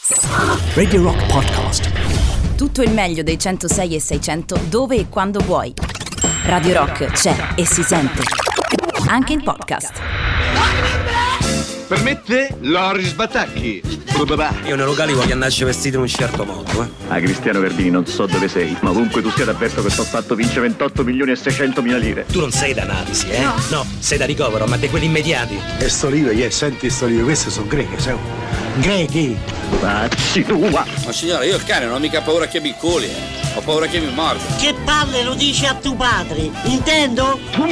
Radio Rock Podcast. Tutto il meglio dei 106 e 600 dove e quando vuoi. Radio Rock c'è e si sente anche in podcast. Per me te, Loris Batacchi. Io nei locali voglio andarci vestito in un certo modo, Ah, Cristiano Verdini, non so dove sei, ma ovunque tu sia t'avverto che sto fatto vince 28 milioni e 600 mila lire. Tu non sei da analisi, eh? No, sei da ricovero, ma di quelli immediati. E sto olive, senti sto olive, queste sono greche, sai? Grechi! Pazzi tua! Ma signora, io il cane non ho mica paura che mi coli, ho paura che mi morda. Che palle lo dici a tuo padre, intendo? Tu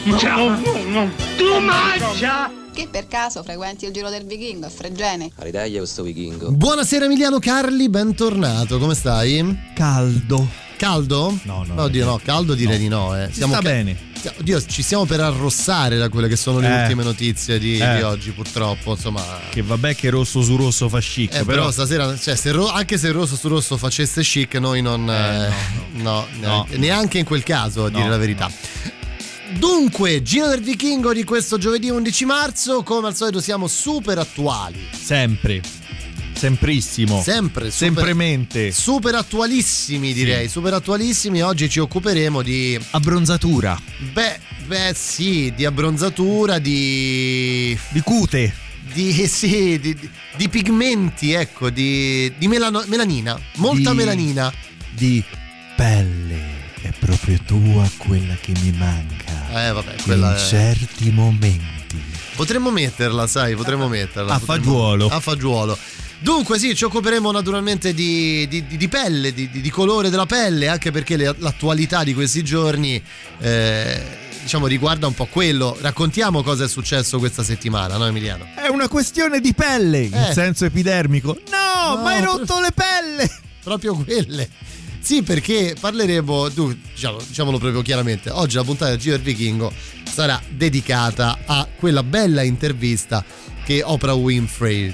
mangia! Che per caso frequenti il Giro del Vichingo a Fregene? All'Italia questo vichingo. Buonasera Emiliano Carli, bentornato, come stai? Caldo. Caldo? No. Oddio no, caldo direi di no. Sta bene. Oddio, ci stiamo per arrossare da quelle che sono le ultime notizie di oggi, purtroppo, insomma. Che vabbè che rosso su rosso fa chic, però stasera, cioè, anche se rosso su rosso facesse chic, noi non no. Neanche in quel caso, a dire la verità. Dunque, Giro del Vichingo di questo giovedì 11 marzo, come al solito siamo super attuali. Semprissimo. Sempremente. Super attualissimi, direi, super attualissimi. Oggi ci occuperemo di abbronzatura. Beh, sì, di abbronzatura, di cute. Di pigmenti, ecco, di melanina, molta melanina. Di pelle. È proprio tua quella che mi manca. Vabbè, quella in certi momenti. Potremmo metterla, sai, a fagiolo. Dunque sì, ci occuperemo naturalmente di pelle, di colore della pelle, anche perché l'attualità di questi giorni diciamo riguarda un po' quello. Raccontiamo cosa è successo questa settimana, no Emiliano? È una questione di pelle, in senso epidermico. No, ma hai rotto le pelle! Proprio quelle. Sì, perché parleremo, diciamolo proprio chiaramente, oggi la puntata del Giro del Vichingo sarà dedicata a quella bella intervista che Oprah Winfrey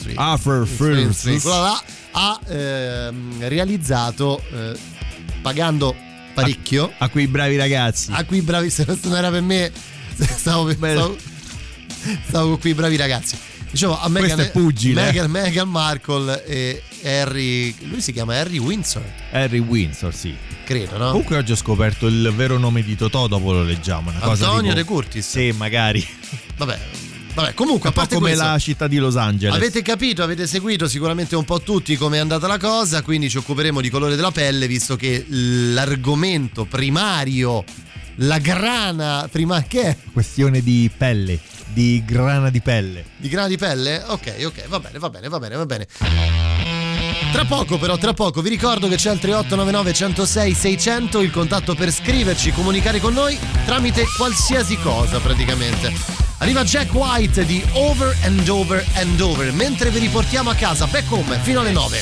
ha realizzato pagando parecchio a quei bravi ragazzi. Se non era per me stavo con quei bravi ragazzi. Diciamo a Meghan Markle e Harry, lui si chiama Harry Windsor, sì, credo, no? Comunque oggi ho scoperto il vero nome di Totò, dopo lo leggiamo, una cosa Antonio tipo... De Curtis. Sì, magari. Vabbè, comunque, a parte come questo, la città di Los Angeles. Avete capito, avete seguito sicuramente un po' tutti come è andata la cosa, quindi ci occuperemo di colore della pelle, visto che l'argomento primario, la grana prima che è questione di pelle, di grana di pelle. Di grana di pelle? Ok, va bene. Tra poco vi ricordo che c'è il 3899 106 600, il contatto per scriverci, comunicare con noi tramite qualsiasi cosa praticamente. Arriva Jack White di Over and Over and Over, mentre vi riportiamo a casa, back home, fino alle 9.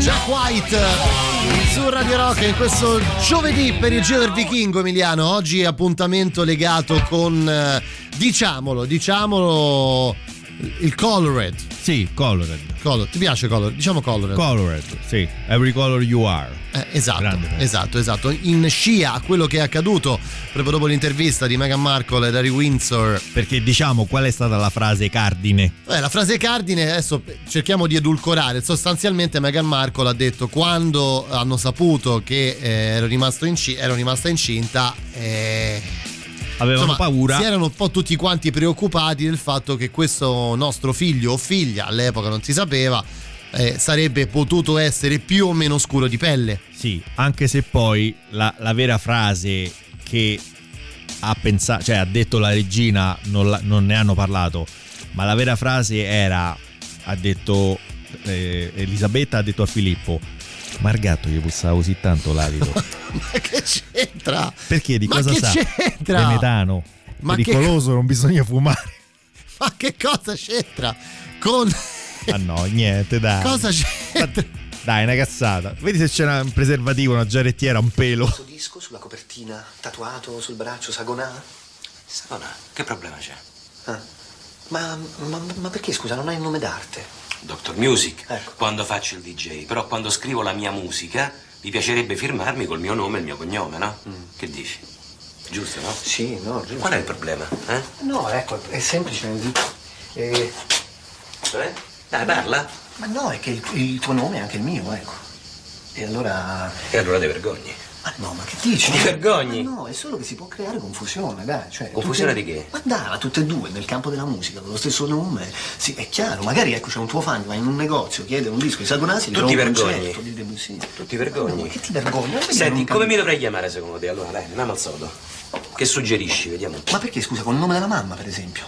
Jack White su Radio Rock in questo giovedì per il Giro del Vichingo. Emiliano, oggi appuntamento legato con diciamolo il Colored. Sì, Colored. Ti piace Colored? Diciamo Colored. Colored, sì. Every color you are. Esatto. In scia a quello che è accaduto proprio dopo l'intervista di Meghan Markle e Harry Windsor. Perché diciamo qual è stata la frase cardine? La frase cardine adesso cerchiamo di edulcorare. Sostanzialmente Meghan Markle ha detto: quando hanno saputo che ero rimasta incinta, avevano paura. Si erano un po' tutti quanti preoccupati del fatto che questo nostro figlio o figlia, all'epoca non si sapeva, sarebbe potuto essere più o meno scuro di pelle. Sì, anche se poi la vera frase che ha pensato, cioè ha detto la regina, non ne hanno parlato, ma la vera frase era, ha detto Elisabetta ha detto a Filippo: ma il gatto gli puzzava così tanto l'alito. Ma che c'entra? Perché di cosa sa? C'entra? Di metano. Ma pericoloso, non bisogna fumare. Ma che cosa c'entra con... Ah no, niente, dai. Cosa c'entra? Dai, una cazzata. Vedi se c'era un preservativo, una giarrettiera, un pelo. Questo disco sulla copertina, tatuato sul braccio, Sagonà? Sagonà? Che problema c'è? Ma perché, scusa, non hai il nome d'arte? Dr. Music, ecco. Quando faccio il DJ, però quando scrivo la mia musica mi piacerebbe firmarmi col mio nome e il mio cognome, no? Che dici? Giusto, no? Sì, no, giusto. Qual è il problema? No, ecco, è semplice. Cioè? Dai, parla. Ma no, è che il tuo nome è anche il mio, ecco. E allora te vergogni. Ma no, ma che dici? Ti vergogni? Ma no, è solo che si può creare confusione, dai. Cioè, confusione di che? Ma dai, tutte e due nel campo della musica, con lo stesso nome. Sì, è chiaro, magari ecco c'è un tuo fan che va in un negozio, chiede un disco di Sagonà, si tu ti vergogni? Concerto, di Debussy. Tu ti vergogni? No, ma che ti vergogni? Senti, come mi dovrei chiamare secondo te? Allora, dai, andiamo al sodo. Che suggerisci, vediamo. Ma perché, scusa, con il nome della mamma, per esempio?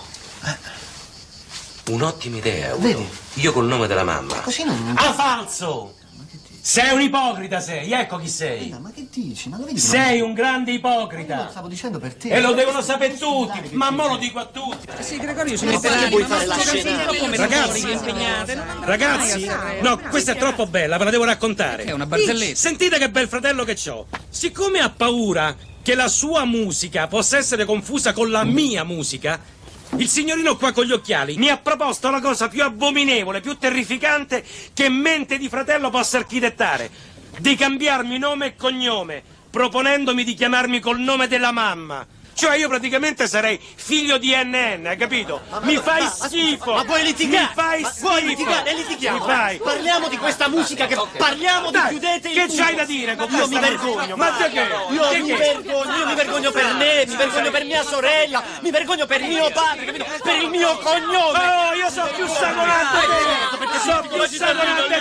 Un'ottima idea, Ugo. Vedi? Io col nome della mamma. Così non... Ah, falso! Sei un ipocrita, sei, ecco chi sei. Ma che dici? Ma lo vedi? Sei un grande ipocrita. Lo stavo dicendo per te. E lo devono sapere tutti, ma mo lo dico a tutti. Sì, Gregorio, ci metterai vuoi fare la scena? Ragazzi, no, questa è troppo bella, ve la devo raccontare. È una barzelletta. Sentite che bel fratello che c'ho. Siccome ha paura che la sua musica possa essere confusa con la mia musica, il signorino qua con gli occhiali mi ha proposto la cosa più abominevole, più terrificante che mente di fratello possa architettare: di cambiarmi nome e cognome, proponendomi di chiamarmi col nome della mamma. Cioè io praticamente sarei figlio di NN, hai capito? Mi fai schifo! Ma puoi litigare! Mi fai schifo! Vuoi litigare? E litighiamo! Mi fai. Parliamo di questa musica che parliamo di chiudete il Che tutto. c'hai da dire con Io questa mi vergogno! Ma perché? Io mi vergogno per me, mi vergogno per mia sorella, mi vergogno per mio padre, capito? Per il mio cognome! Oh, io sono più sanguinante che sono più sanguinante,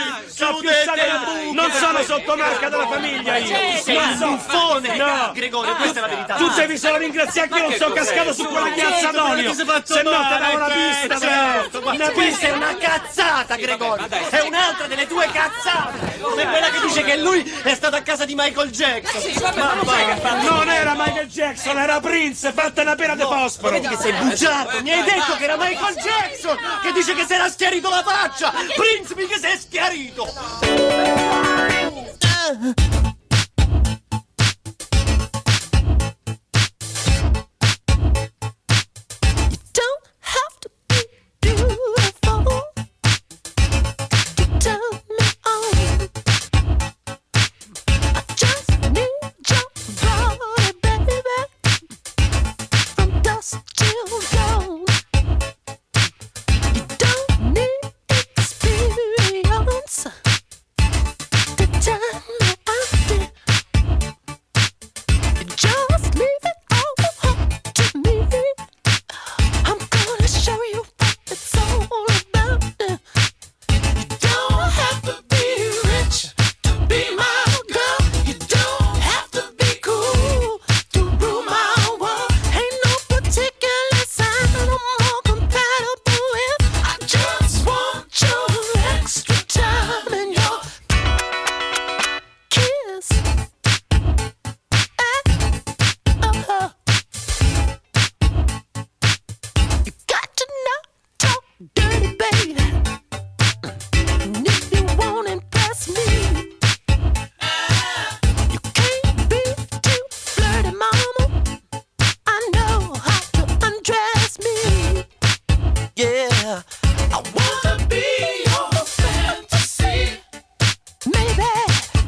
non sono sotto marca della famiglia io! Sei un buffone! No! Gregorio, questa è la verità! Tu devi solo ringraziare che io non sono cascato su quella piazza d'olio, se no te davo una pista, Questa è una cazzata, Gregorio, è un'altra delle tue cazzate, come quella che dice che lui è stato a casa di Michael Jackson. Non era Michael Jackson, era Prince, fatta una pera di fosforo. Vedi che sei bugiardo, mi hai detto che era Michael Jackson, che dice che si era schiarito la faccia. Prince, mica si è schiarito.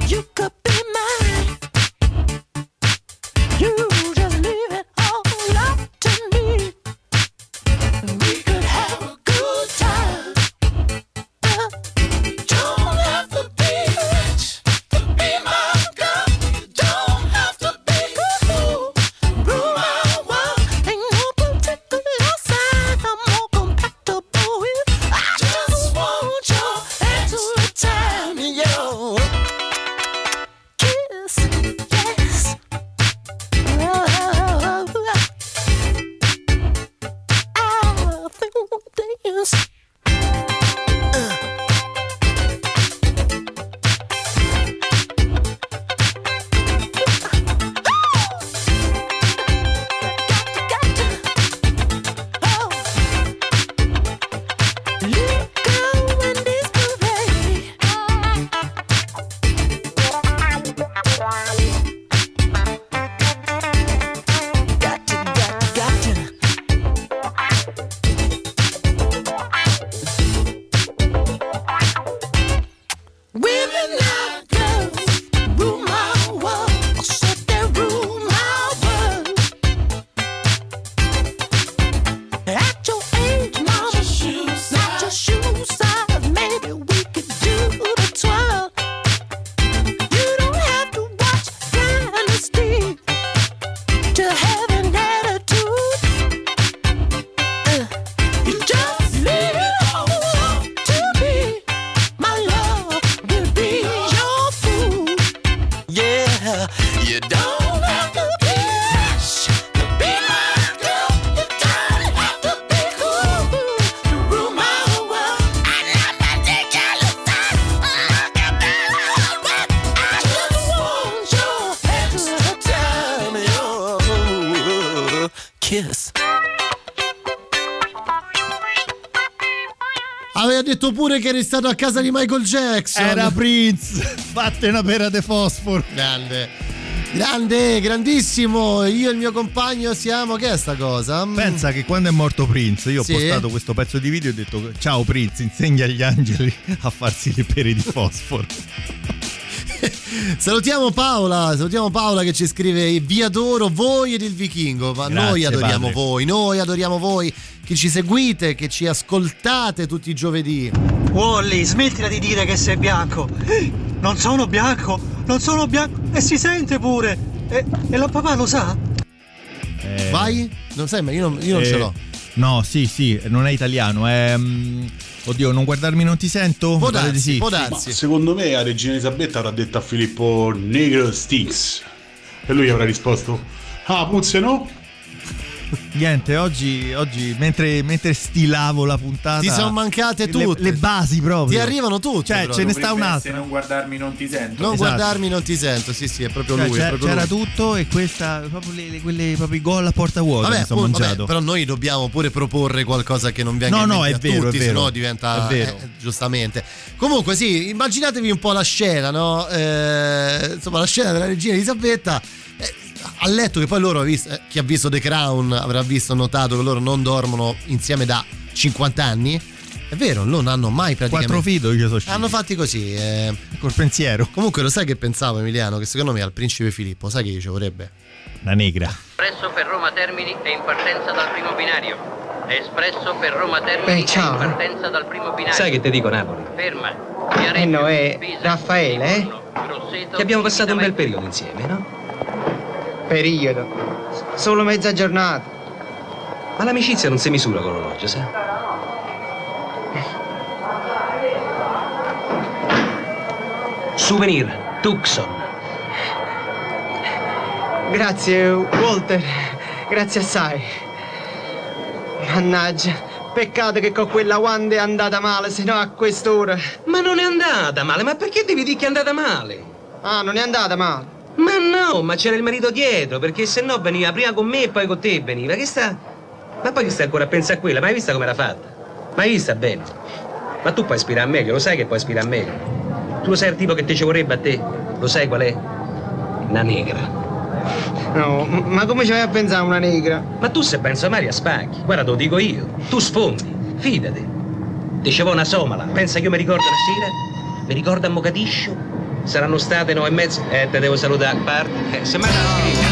Aveva detto pure che eri stato a casa di Michael Jackson. Era Prince. Fatte una pera di fosforo. Grande, grandissimo. Io e il mio compagno siamo. Che è sta cosa? Pensa che quando è morto Prince, io ho Sì. postato questo pezzo di video e ho detto: ciao Prince, insegna agli angeli a farsi le pere di fosforo. Salutiamo Paola che ci scrive: vi adoro voi ed il Vichingo. Ma Grazie, noi adoriamo padre. noi adoriamo voi che ci seguite, che ci ascoltate tutti i giovedì. Wally, smettila di dire che sei bianco. Non sono bianco e si sente pure. E la papà lo sa? Vai? Non sai, ma io non ce l'ho. No, sì, non è italiano, è oddio, non guardarmi non ti sento? Può Mi pare di darsi, sì. può Sì. darsi. Ma secondo me la regina Elisabetta avrà detto a Filippo Negro stinks e lui avrà risposto: ah, puzze no? Niente, oggi mentre stilavo la puntata Ti sono mancate tutte. le basi proprio. Ti arrivano tutte. Cioè, proprio. ce ne sta un'altra. Non guardarmi non ti sento. Non Esatto. guardarmi non ti sento. Sì, è proprio Cioè, lui. è proprio c'era lui. tutto e questa proprio quelle proprio i gol a porta vuota mi sono mangiato. Però noi dobbiamo pure proporre qualcosa che non venga in No, mente è vero, a tutti, è vero. sennò diventa È vero. giustamente. Comunque sì, immaginatevi un po' la scena, no? Insomma, la scena della regina Elisabetta. Ha letto che poi loro chi ha visto The Crown avrà notato che loro non dormono insieme da 50 anni. È vero, non hanno mai praticamente 4 fidi che sono usciti. hanno fatti così col pensiero. Comunque lo sai che pensavo, Emiliano, che secondo me al principe Filippo, sai che gli ci vorrebbe? La negra. Espresso per Roma Termini è in partenza dal primo binario. Espresso per Roma Termini è ciao. in partenza dal primo binario. Sai che ti dico, Napoli? Ferma. Viareggio, no, è Pisa, Raffaele, Grosseto, Che abbiamo passato un bel periodo insieme, no? Periodo. Solo mezza giornata. Ma l'amicizia non si misura con l'orologio, sai? Souvenir, Tucson. Grazie, Walter. Grazie assai. Mannaggia, peccato che con quella Wanda è andata male, se no a quest'ora. Ma non è andata male, ma perché devi dire che è andata male? Ah, non è andata male. Ma no, ma c'era il marito dietro, perché se no veniva prima con me e poi con te veniva. Che sta? Ma poi che stai ancora a pensare a quella? Ma hai vista come era fatta? Ma hai vista bene? Ma tu puoi aspirare meglio, lo sai che puoi aspirare meglio. Tu lo sai il tipo che ti ci vorrebbe a te? Lo sai qual è? Una negra. No, ma come ci vai a pensare a una negra? Ma tu se pensa Maria spacchi, guarda te lo dico io, tu sfondi, fidati. Dicevo una somala, pensa che io mi ricordo una sera, mi ricordo a Mogadiscio, Saranno state 9:30. Te devo salutare. Parte. Se mai la scrivi.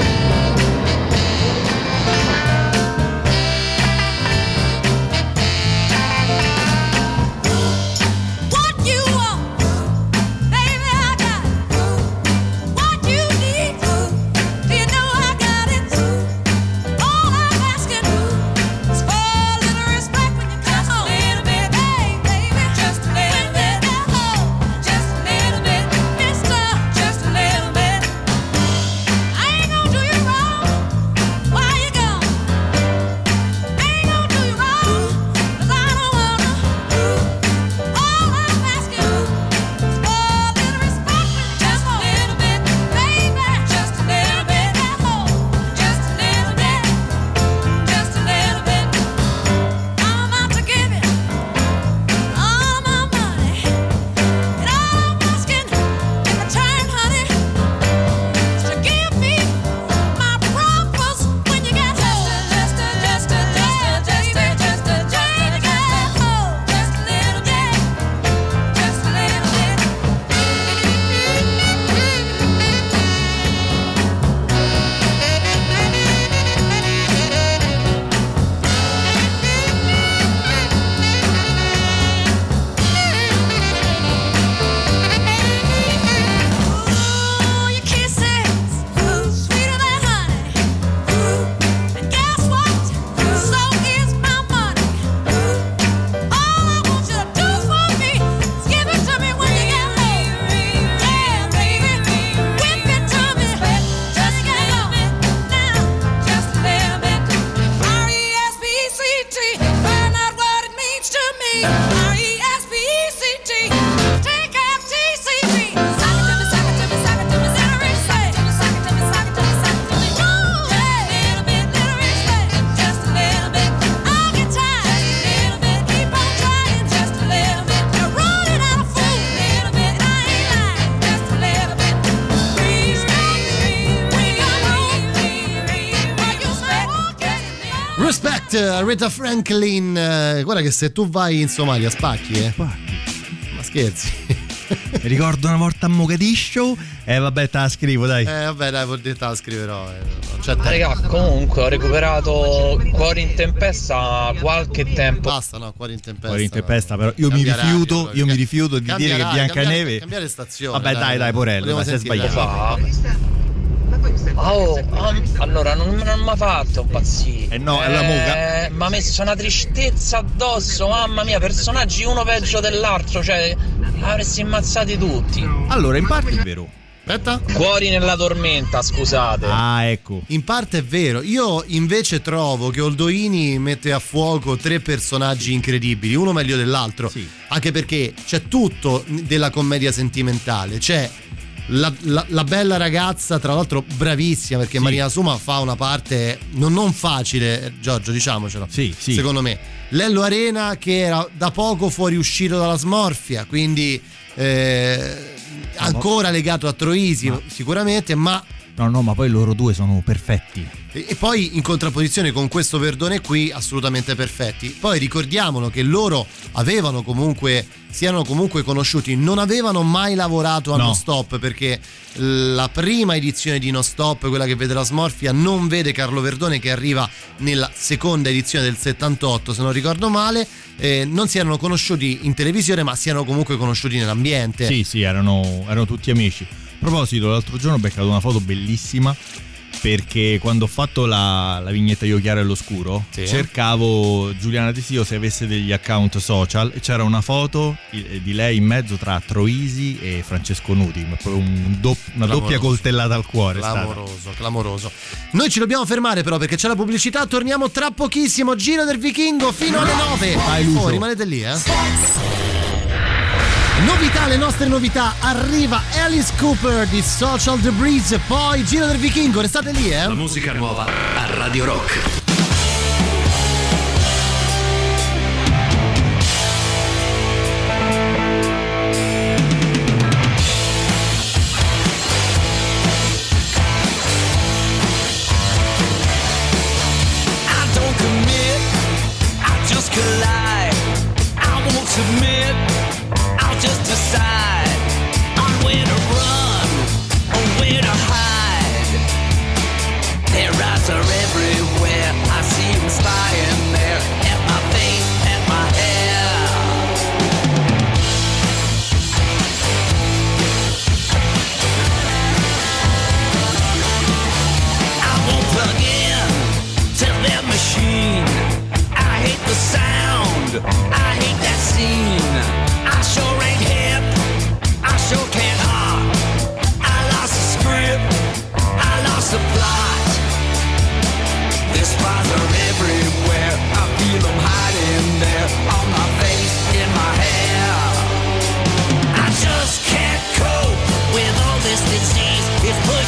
Aretha Franklin, guarda che se tu vai in Somalia spacchi, ma scherzi. Mi ricordo una volta a Mogadiscio vabbè te la scrivo dai. Vabbè dai, te la scriverò, non c'è tempo. Raga, comunque ho recuperato Cuori in tempesta qualche tempo. Basta, no, Cuori in tempesta. Cuori in tempesta, però io mi rifiuto di dire che Biancaneve. Cambiare stazione. Vabbè dai Porello, ma sei sbagliato. Allora non mi ha fatto impazzire. No, è la muga. Mi ha messo una tristezza addosso, mamma mia, personaggi uno peggio dell'altro, cioè avresti ammazzati tutti. Allora, in parte è vero. Aspetta. Cuori nella tormenta, scusate. Ah, ecco. In parte è vero. Io invece trovo che Oldoini mette a fuoco 3 personaggi incredibili, uno meglio dell'altro. Sì. Anche perché c'è tutto della commedia sentimentale. C'è la bella ragazza, tra l'altro bravissima, perché sì. Marina Suma fa una parte non facile, Giorgio, diciamocelo. Sì. Secondo me. Lello Arena, che era da poco fuoriuscito dalla smorfia, quindi ancora legato a Troisi, sicuramente, ma ma poi loro due sono perfetti. E poi in contrapposizione con questo Verdone qui, assolutamente perfetti. Poi ricordiamolo che loro si erano comunque conosciuti, non avevano mai lavorato a Non Stop, perché la prima edizione di Non Stop, quella che vede la smorfia, non vede Carlo Verdone, che arriva nella seconda edizione del 78, se non ricordo male. Non si erano conosciuti in televisione, ma si erano comunque conosciuti nell'ambiente. Sì, erano tutti amici. A proposito, l'altro giorno ho beccato una foto bellissima, perché quando ho fatto la vignetta Io Chiaro e l'Oscuro, cercavo Giuliana Desio se avesse degli account social, e c'era una foto di lei in mezzo tra Troisi e Francesco Nuti, una doppia coltellata al cuore. Clamoroso. Noi ci dobbiamo fermare però, perché c'è la pubblicità. Torniamo tra pochissimo. Giro del Vichingo fino alle 9. Rimanete lì, Novità, le nostre novità. Arriva Alice Cooper di Social Debris, poi Giro del Vichingo. Restate lì, La musica nuova a Radio Rock. Submit, I'll just decide on when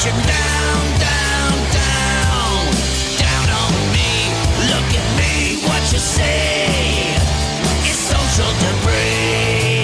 pushing down, down, down, down on me. Look at me, what you say is social debris.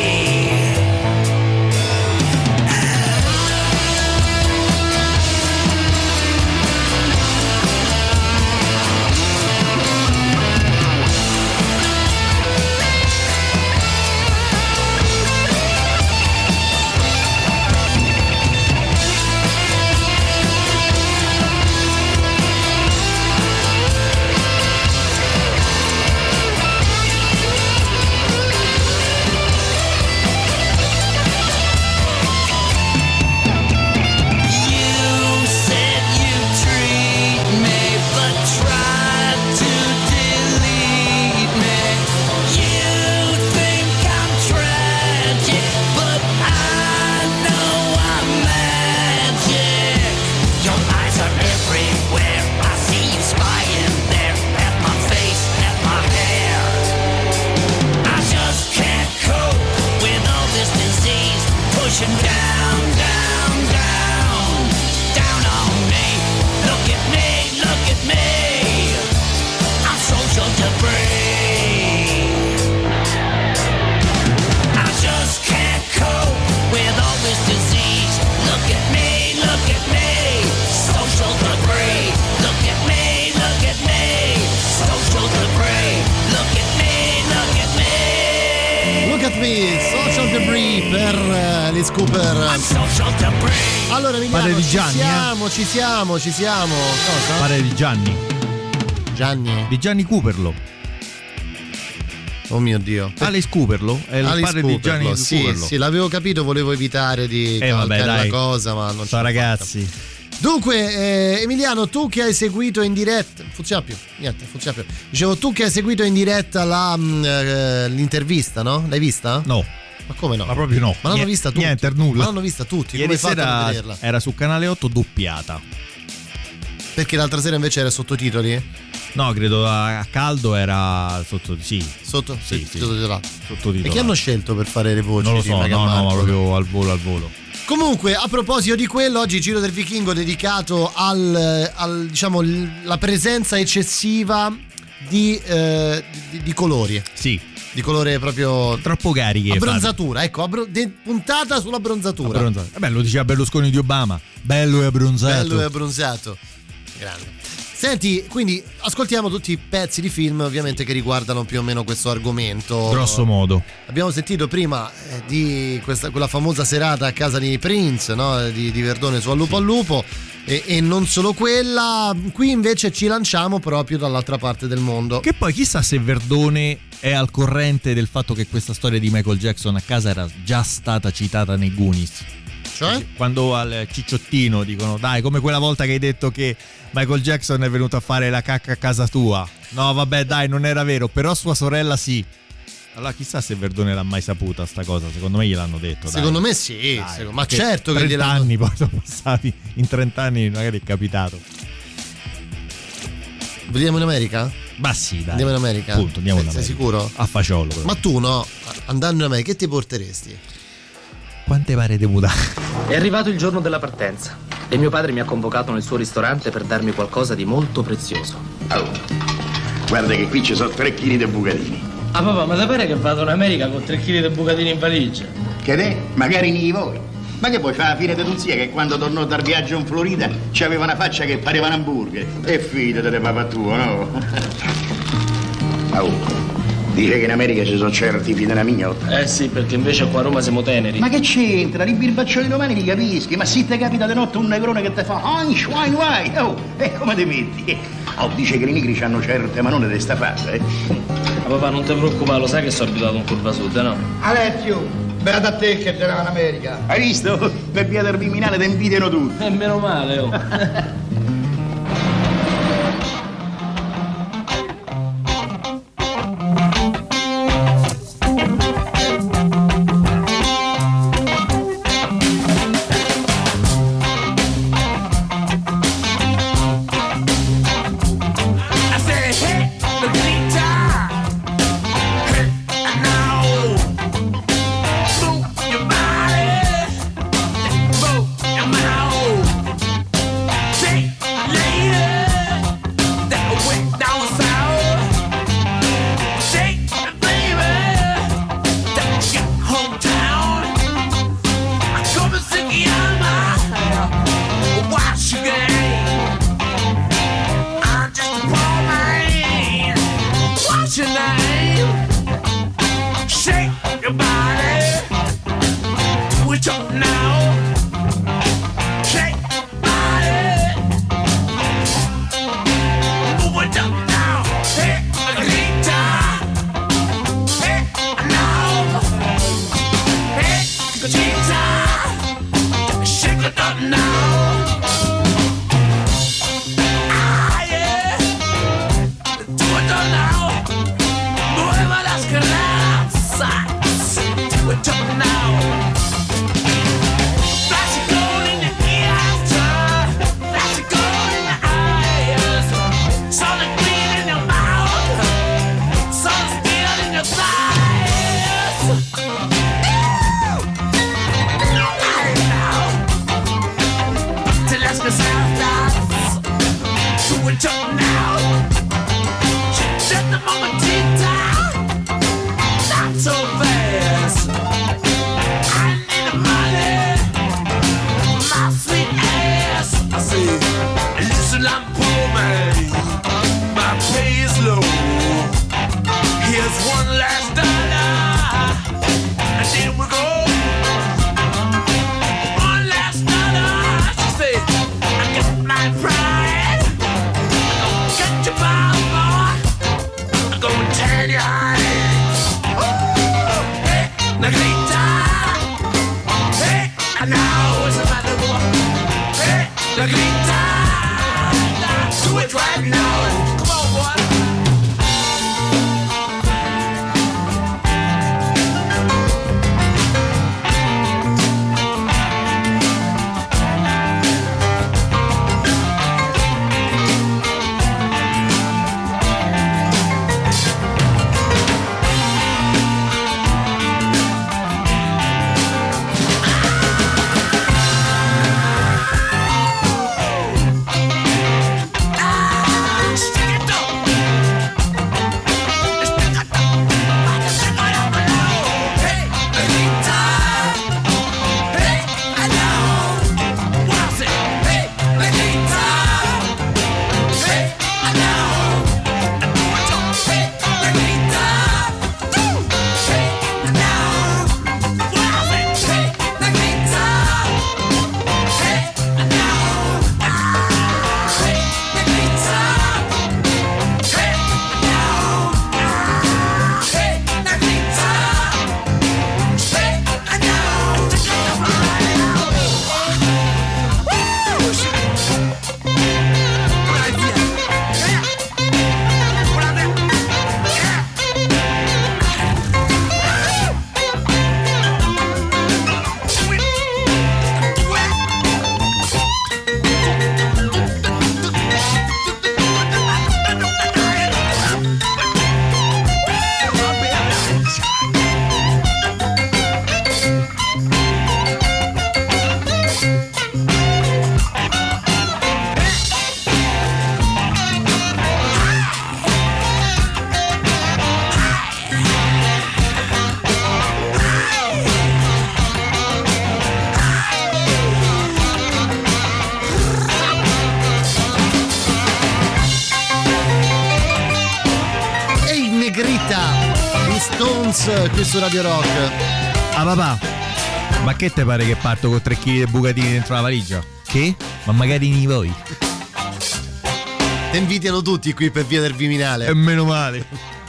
Pushing down, down, down, down on me. Look at me, look at me. I'm social debris. I just can't cope with all this disease. Look at me, look at me. Social debris. Look at me, look at me. Social debris. Look at me, look at me. Look at me, social debris per Alice Cooper. Allora Emiliano, Pare di Gianni, ci siamo. Cosa? Pare di Gianni. Gianni? Di Gianni Cooperlo. Oh mio Dio. Alice Cooperlo? È il Alice padre di Gianni Cooperlo. Sì, l'avevo capito, volevo evitare di cavalcare la cosa, ma non so ragazzi. Dunque, Emiliano, tu che hai seguito in diretta, funziona più. Dicevo, tu che hai seguito in diretta l'intervista, no? L'hai vista? No. Ma come no? Ma proprio no. Ma l'hanno vista tutti. Niente, nulla. Ma l'hanno vista tutti. Ieri come hai fatto a vederla? Era su Canale 8 doppiata. Perché l'altra sera invece era sottotitoli? No, credo a caldo era sottotitolato. E chi hanno scelto per fare le voci? Non lo so, no, ma proprio al volo. Comunque, a proposito di quello, oggi Giro del Vichingo dedicato al diciamo la presenza eccessiva di colori. Sì. Di colore proprio troppo cariche. Abbronzatura, ecco, puntata sull'abbronzatura. Vabbè, lo diceva Berlusconi di Obama. Bello e abbronzato. Grande. Senti, quindi ascoltiamo tutti i pezzi di film ovviamente che riguardano più o meno questo argomento. Grosso modo. Abbiamo sentito prima di quella famosa serata a casa di Prince, no? di Verdone su Al Lupo al Lupo e non solo quella. Qui invece ci lanciamo proprio dall'altra parte del mondo. Che poi chissà se Verdone è al corrente del fatto che questa storia di Michael Jackson a casa era già stata citata nei Goonies. Cioè? Quando al cicciottino dicono dai, come quella volta che hai detto che Michael Jackson è venuto a fare la cacca a casa tua. No vabbè dai, non era vero, però sua sorella sì. Allora chissà se Verdone l'ha mai saputa sta cosa. Secondo me gliel'hanno detto. Secondo me sì, ma certo che 30 anni poi sono passati. In 30 anni magari è capitato. Vediamo in America? Ma sì, dai. Andiamo in America? Punto, andiamo in America. Sei sicuro? A fagiolo però. Ma tu no, andando in America che ti porteresti? Quante pare di mutare? È arrivato il giorno della partenza e mio padre mi ha convocato nel suo ristorante per darmi qualcosa di molto prezioso. Oh, guarda che qui ci sono 3 kg di bucatini. Ah papà, ma sapere che vado in America con 3 kg di bucatini in valigia? Che te? Magari ne vuoi. Ma che poi fa la fine di Tunzia che quando tornò dal viaggio in Florida c'aveva una faccia che pareva un hamburger. E fidate di papà tuo, no? Oh. Dice che in America ci sono certi tipi della mignotta. Sì, perché invece qua a Roma siamo teneri. Ma che c'entra? I birbaccioni romani li capischi. Ma se ti capita di notte un negrone che ti fa e come ti metti? Oh, dice che i negri hanno certe manone di sta fatta, Ma papà, non ti preoccupare, lo sai che sono abituato in curva sud, no? Alessio, beata a te che te ne va in America. Hai visto? Per via del Viminale ti invidiano tutti. Meno male, oh. doesn't matter what. Hey, the guitar, do it right now. Come on, boy. Qui su Radio Rock. Ah papà, ma che te pare che parto con 3 kg di bucatini dentro la valigia? Che? Ma magari ni voi. Te invidiano tutti qui per via del Viminale. E meno male.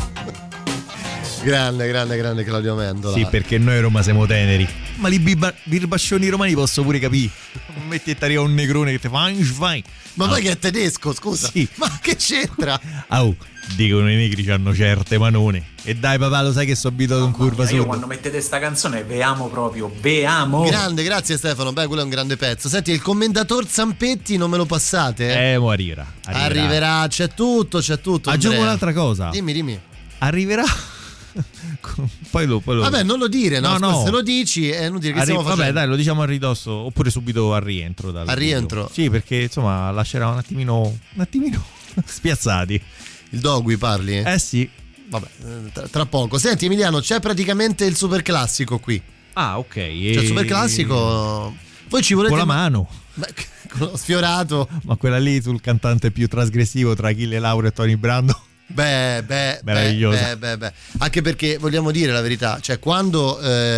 Grande Claudio Mendola. Sì, perché noi a Roma siamo teneri. Ma li birbascioni romani posso pure capire. Metti e un negrone che ti fa vai. Ma poi che è tedesco, scusa. Sì. Ma che c'entra? Dicono i negri hanno certe manone. E dai papà, lo sai che sono abituato in curva sud. Io quando mettete sta canzone veamo proprio, veamo. Grande, grazie Stefano. Beh, quello è un grande pezzo. Senti, il commendator Zampetti non me lo passate? Mo arriverà. C'è tutto. Aggiungo Andrea. un'altra cosa. Dimmi. Arriverà. Poi lo. Vabbè, non lo dire, no. No. Se lo dici è inutile che stiamo facendo. Vabbè, dai, lo diciamo a ridosso. Oppure subito al rientro. Al rientro? Sì, perché insomma lascerà un attimino spiazzati. Il Dogui parli? Sì. Vabbè, tra poco. Senti Emiliano, c'è praticamente il super classico qui. Ah, ok. C'è il super classico. Voi ci volete con la mano. Con lo sfiorato. Ma quella lì sul cantante più trasgressivo tra Achille Lauro e Tony Brando. Meraviglioso. Anche perché vogliamo dire la verità, cioè quando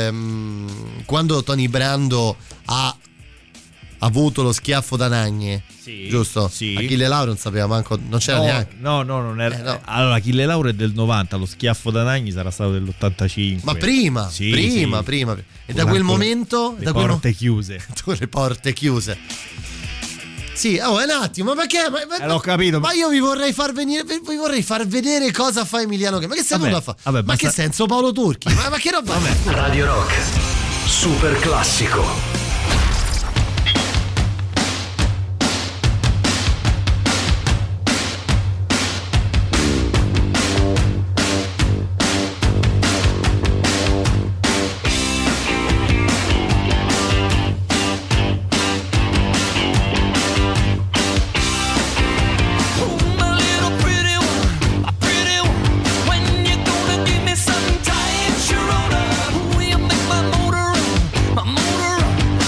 Tony Brando ha avuto lo schiaffo da Nagne, sì, giusto? Sì. Achille Lauro non sapeva manco, non c'era neanche. No, non era. No. Allora, Achille Lauro è del 90, lo schiaffo da Nagni sarà stato dell'85. Ma prima. E da quel momento. Le porte chiuse. Le porte chiuse. Sì, un attimo, ma perché? L'ho capito. Ma io vi vorrei far vedere cosa fa Emiliano. Ma che stai venuto a fare? Ma che senso Paolo Turchi? Ma che roba? Radio Rock, super classico. My motor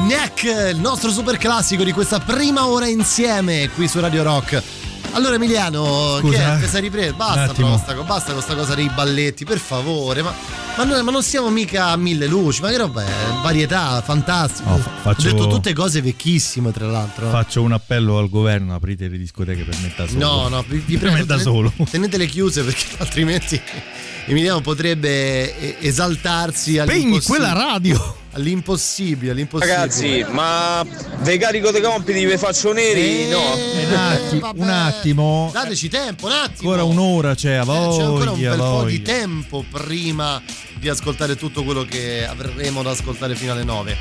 Neck, il nostro super classico di questa prima ora insieme qui su Radio Rock. Allora Emiliano, scusa, che sei ripreso? Basta con questa cosa dei balletti, per favore, ma non siamo mica a mille luci, ma che roba è? Varietà, fantastico. Ho detto tutte cose vecchissime, tra l'altro. Faccio un appello al governo, aprite le discoteche per me da solo. No, vi prego, da solo. Tenetele chiuse perché altrimenti Emiliano potrebbe esaltarsi Spegni quella radio. All'impossibile. Ragazzi, ma ve carico dei compiti ve faccio neri? No. Un attimo. Dateci tempo, un attimo. Ancora un'ora c'è a voglia. C'è ancora un bel po' di tempo prima di ascoltare tutto quello che avremo da ascoltare fino alle 9.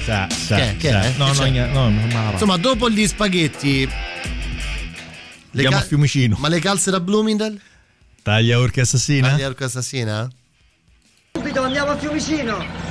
No, insomma, dopo gli spaghetti andiamo a Fiumicino. Ma le calze da Bloomingdale? Taglia orca assassina? Subito andiamo a Fiumicino.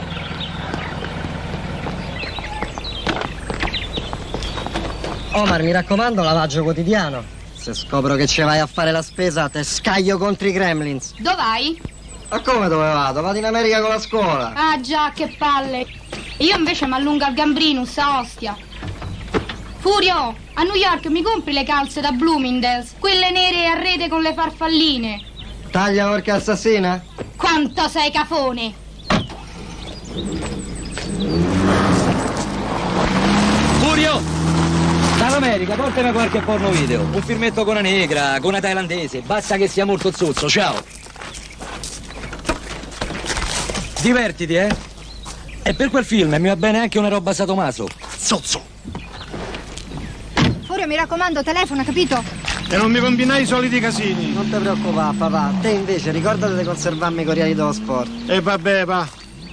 Omar, mi raccomando, lavaggio quotidiano. Se scopro che ci vai a fare la spesa, te scaglio contro i Gremlins. Dove vai? Ma come dove vado? Vado in America con la scuola. Ah già, che palle. Io invece mi allungo al Gambrinus a Ostia. Furio, a New York mi compri le calze da Bloomingdale's? Quelle nere a rete con le farfalline. Taglia orca assassina? Quanto sei cafone! Furio! Dall'America, portami qualche porno video. Un filmetto con una negra, con una thailandese. Basta che sia molto zozzo, ciao. Divertiti, eh? E per quel film mi va bene anche una roba sadomaso. Zozzo! Furio, mi raccomando, telefona, capito? E non mi combinai i soliti casini. Non ti preoccupare, papà. Te invece ricordate di conservarmi i Corrieri dello Sport. E vabbè, va.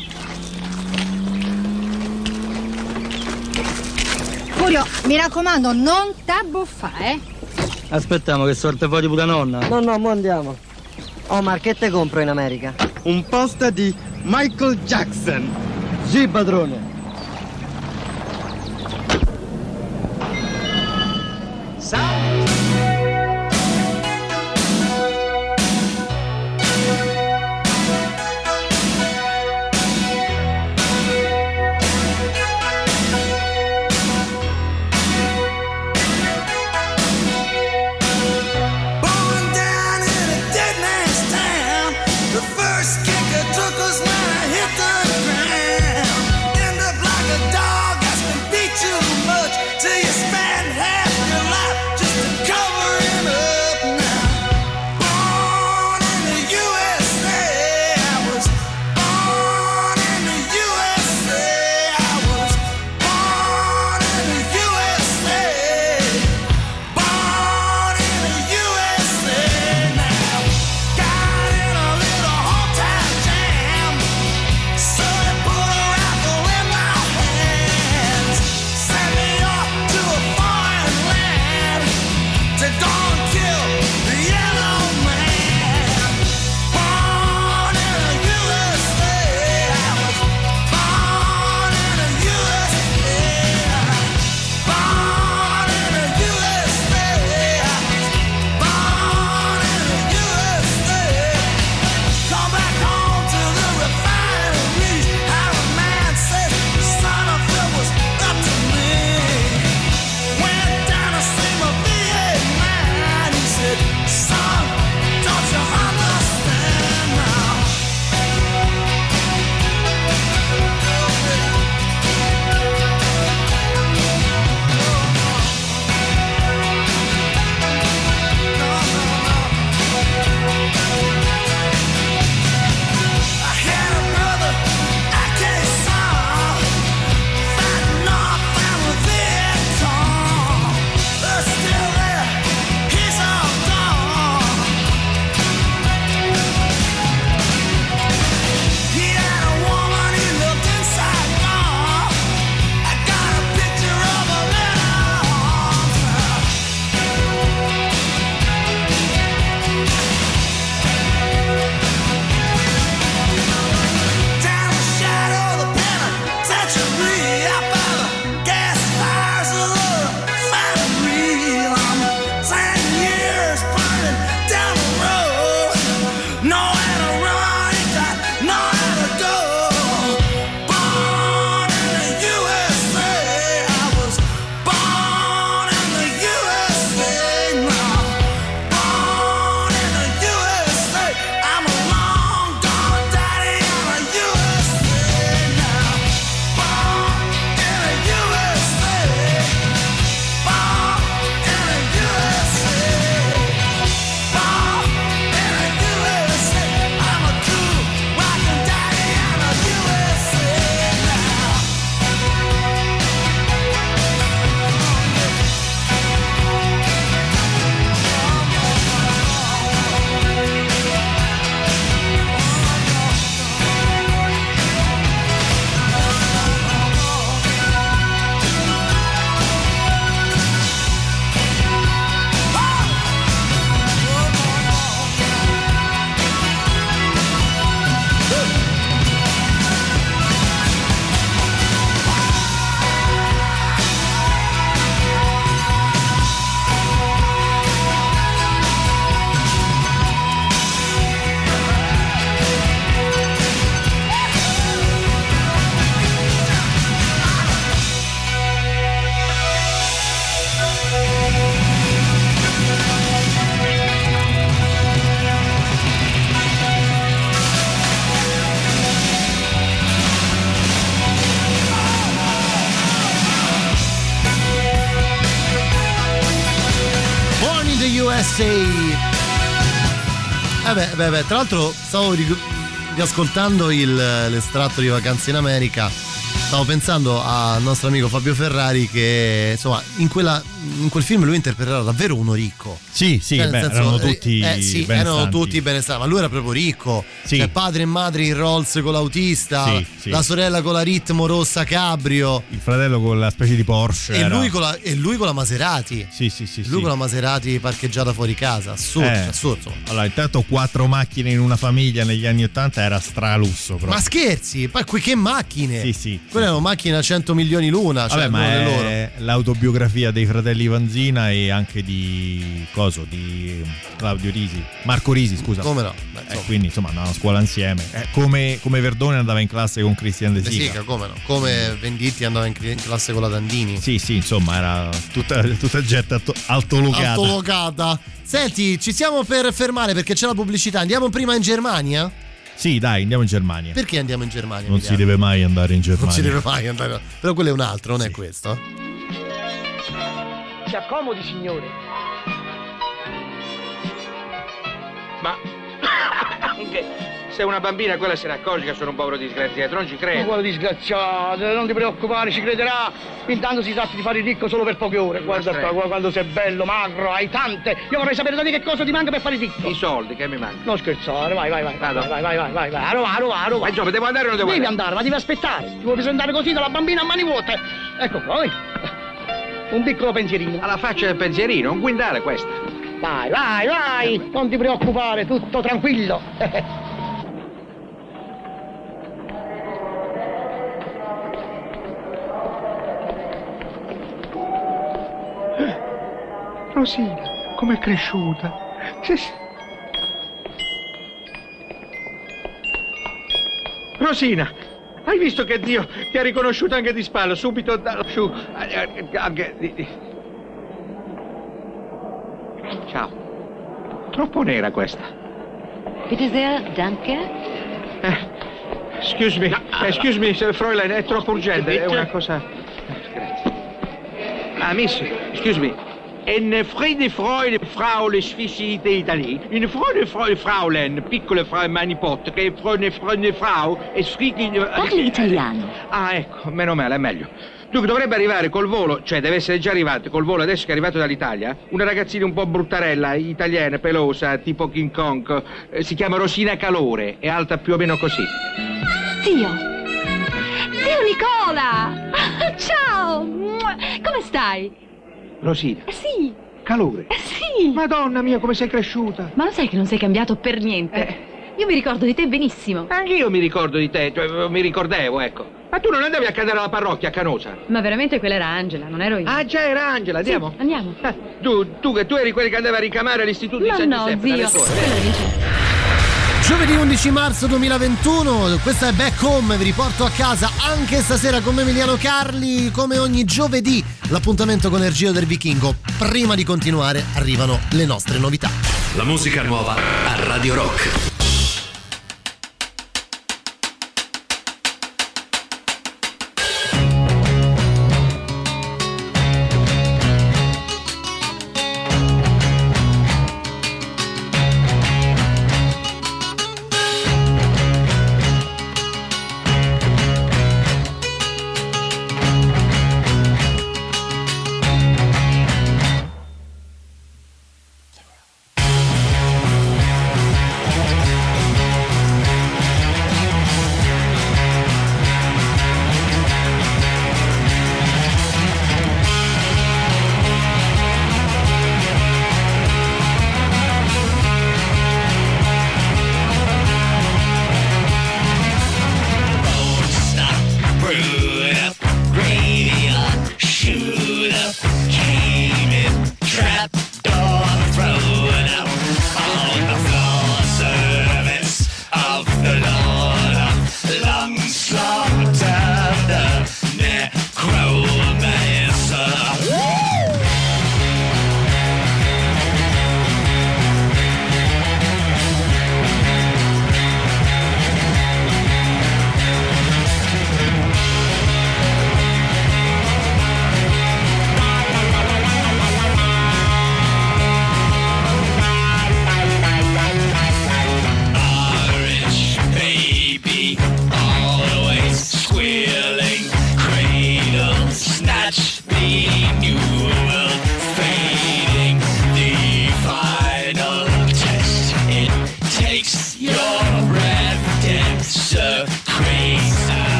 Furio, mi raccomando, non t'abbuffa, eh? Aspettiamo che sorte fuori puta nonna. No, mo andiamo. Omar, che te compro in America? Un poster di Michael Jackson. Sì, padrone. The first kicker took us when I hit the ground. End up sei. Beh, tra l'altro stavo riascoltando l'estratto di Vacanze in America. Stavo pensando al nostro amico Fabio Ferrari che insomma in quel film lui interpreterà davvero uno ricco. Sì, cioè, beh, erano tutti erano tutti benestanti, ma lui era proprio ricco. Sì. Cioè, padre e madre in Rolls con l'autista, sì. la sorella con la ritmo rossa cabrio, il fratello con la specie di Porsche e lui con la Maserati. Sì. Lui con la Maserati parcheggiata fuori casa. Assurdo. Allora, intanto 4 macchine in una famiglia negli anni 80 era stralusso proprio. Ma scherzi? Poi che macchine? Sì. Quelle erano macchine a 100 milioni l'una. Vabbè, cioè ma è loro. l'autobiografia dei fratelli Vanzina e anche di Claudio Risi, Marco Risi, scusa. Come no? Quindi insomma andavano a scuola insieme. Come Verdone andava in classe con Christian De Sica. Come no? Come Venditti andava in classe con la Dandini. Sì, insomma era tutta gente altolocata. Senti, ci siamo per fermare perché c'è la pubblicità. Andiamo prima in Germania? Sì, dai, andiamo in Germania. Perché andiamo in Germania? Non si deve mai andare in Germania. Non si deve mai andare. Però quello è un altro, non è questo? Si accomodi, signore. Ma se una bambina quella se ne accorge che sono un povero disgraziato, non ci Ma credo. quello disgraziato, non ti preoccupare, ci crederà. Intanto si tratta di fare il ricco solo per poche ore. Guarda qua, quando sei bello, magro, hai tante. Io vorrei sapere da te che cosa ti manca per fare il ricco. I soldi che mi mancano. Non scherzare, vai. Vado. Vai. Aro. Ma insomma, devo andare o non devo Devi andare? andare, ma devi aspettare. Ti vuoi presentare così dalla bambina a mani vuote. Ecco qua, vai. Un piccolo pensierino. Alla faccia del pensierino, un guindale questa. Vai. Non ti preoccupare, tutto tranquillo. Rosina, com'è cresciuta. Rosina, hai visto che Dio ti ha riconosciuto anche di spalla, subito da su. Ciao. Troppo nera questa. Bitte sehr, danke. Excuse me, Fräulein, è troppo urgente, è una cosa. Grazie. Miss, excuse me. Een vrede Fraulein visite Italie. Een vrede Fraulein, piccole Frau, mijn nipote, che vrede Frau e scrivi. Parli italiano. Ah, ecco, meno male, è meglio. Dunque, dovrebbe arrivare col volo, cioè deve essere già arrivato col volo adesso che è arrivato dall'Italia, una ragazzina un po' bruttarella, italiana, pelosa, tipo King Kong, si chiama Rosina Calore, è alta più o meno così. Zio Nicola! Ciao! Come stai? Rosina? Sì. Calore? Sì. Madonna mia, come sei cresciuta! Ma lo sai che non sei cambiato per niente? Io mi ricordo di te benissimo. Anch'io mi ricordo di te, cioè mi ricordavo, ecco. Ma tu non andavi a cantare alla parrocchia a Canosa? Ma veramente quella era Angela, non ero io. Ah già, era Angela, andiamo? Sì, andiamo. Tu eri quelli che andava a ricamare all'istituto di San Giuseppe. No, zio. Giovedì 11 marzo 2021, questa è Back Home, vi riporto a casa anche stasera con me Emiliano Carli, come ogni giovedì, l'appuntamento con Ergio del Vichingo. Prima di continuare arrivano le nostre novità. La musica nuova a Radio Rock.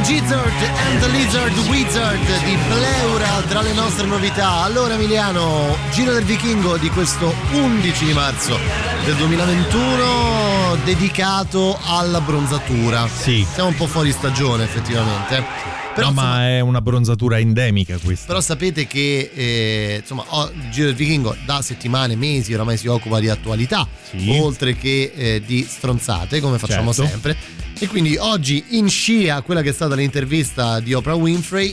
Gizzard and the Lizard Wizard di Pleura tra le nostre novità. Allora Emiliano, Giro del Vichingo di questo 11 di marzo del 2021 dedicato alla bronzatura. Sì. Siamo un po' fuori stagione effettivamente. Però, no, ma è una bronzatura endemica questa. Però sapete che insomma, il Giro del Vichingo da settimane, mesi oramai si occupa di attualità, sì, oltre che di stronzate, come facciamo sempre. E quindi oggi in scia quella che è stata l'intervista di Oprah Winfrey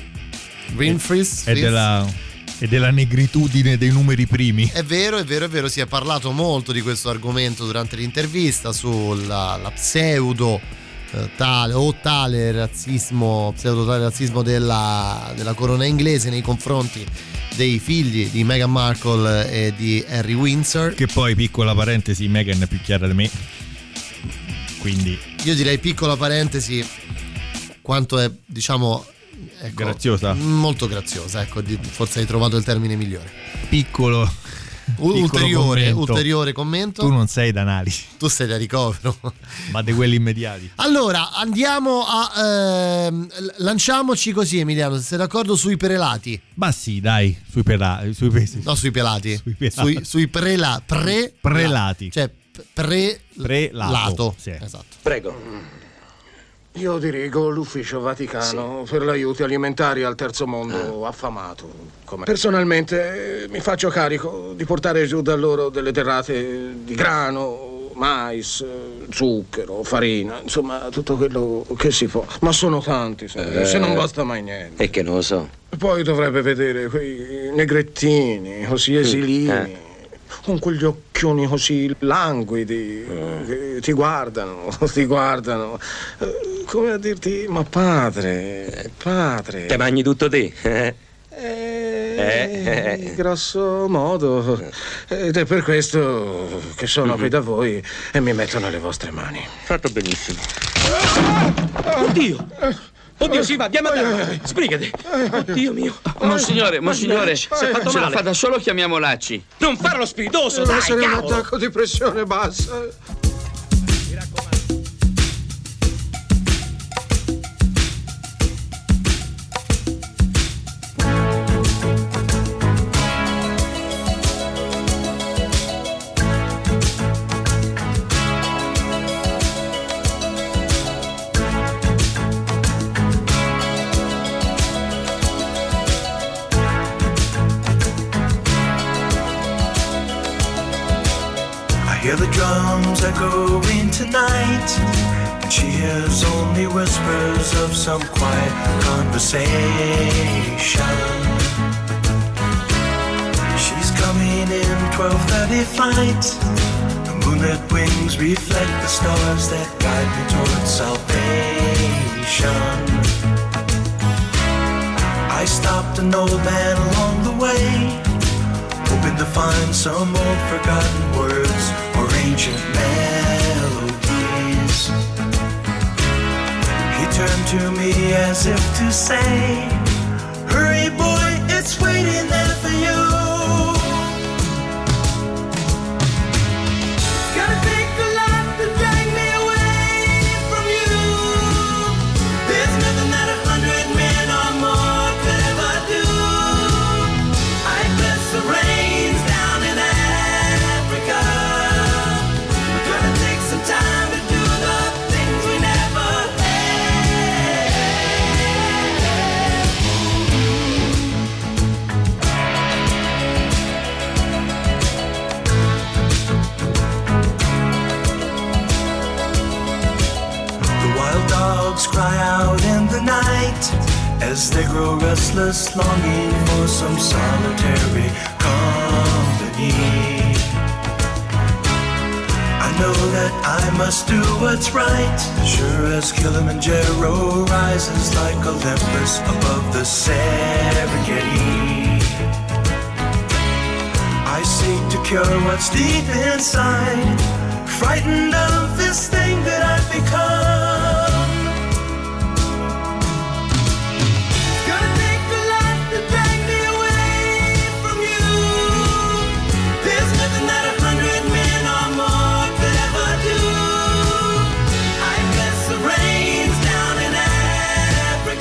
e della negritudine dei numeri primi. È vero, si è parlato molto di questo argomento durante l'intervista sulla pseudo tale razzismo della corona inglese nei confronti dei figli di Meghan Markle e di Harry Windsor. Che poi, piccola parentesi, Meghan è più chiara di me, quindi io direi, piccola parentesi, quanto è, diciamo, ecco, graziosa, molto graziosa, ecco, forse hai trovato il termine migliore. Piccolo ulteriore commento. Tu non sei d'analisi, tu sei da ricovero, ma di quelli immediati. Allora andiamo a lanciamoci così, Emiliano, se sei d'accordo, sui prelati. Ma sì, dai, sui pelati, sui prelati, cioè prelato. Sì. Esatto. Prego. Io dirigo l'Ufficio Vaticano per gli aiuti alimentari al terzo mondo affamato. Personalmente mi faccio carico di portare giù da loro delle derrate di grano, mais, zucchero, farina, insomma tutto quello che si può. Ma sono tanti, se non basta mai niente. E che non lo so. Poi dovrebbe vedere quei negrettini così esilini, con quegli occhioni così languidi, che ti guardano, come a dirti, ma padre. Te mangi tutto te? Grosso modo. Ed è per questo che sono qui da voi e mi metto nelle vostre mani. Fatto benissimo. Oddio, sì, va, andiamo a andare. Sbrigati. Oddio mio. Monsignore, se la fa da solo, chiamiamo Lacci. Non fare lo spiritoso, Deve dai, essere un cavolo. attacco di pressione bassa. Mi raccomando. Hear the drums echoing tonight, and she hears only whispers of some quiet conversation. She's coming in 12:30 flight. The moonlit wings reflect the stars that guide me towards salvation. I stopped an old man along the way, hoping to find some old forgotten words or ancient melodies. He turned to me as if to say, hurry boy, it's waiting there for you. Gotta take a lot to drag me away from you. There's nothing that 100 men or more could ever do. I bless the rains down in Africa. We're gonna take some time to do the things we never had. The wild dogs cry out in the night as they grow restless, longing for some solitary company. I know that I must do what's right, sure as Kilimanjaro rises like Olympus above the Serengeti. I seek to cure what's deep inside, frightened of this thing that I've become. Gonna take a lot to drag me away from you. There's nothing that 100 men or more could ever do. I bless the rains down in Africa.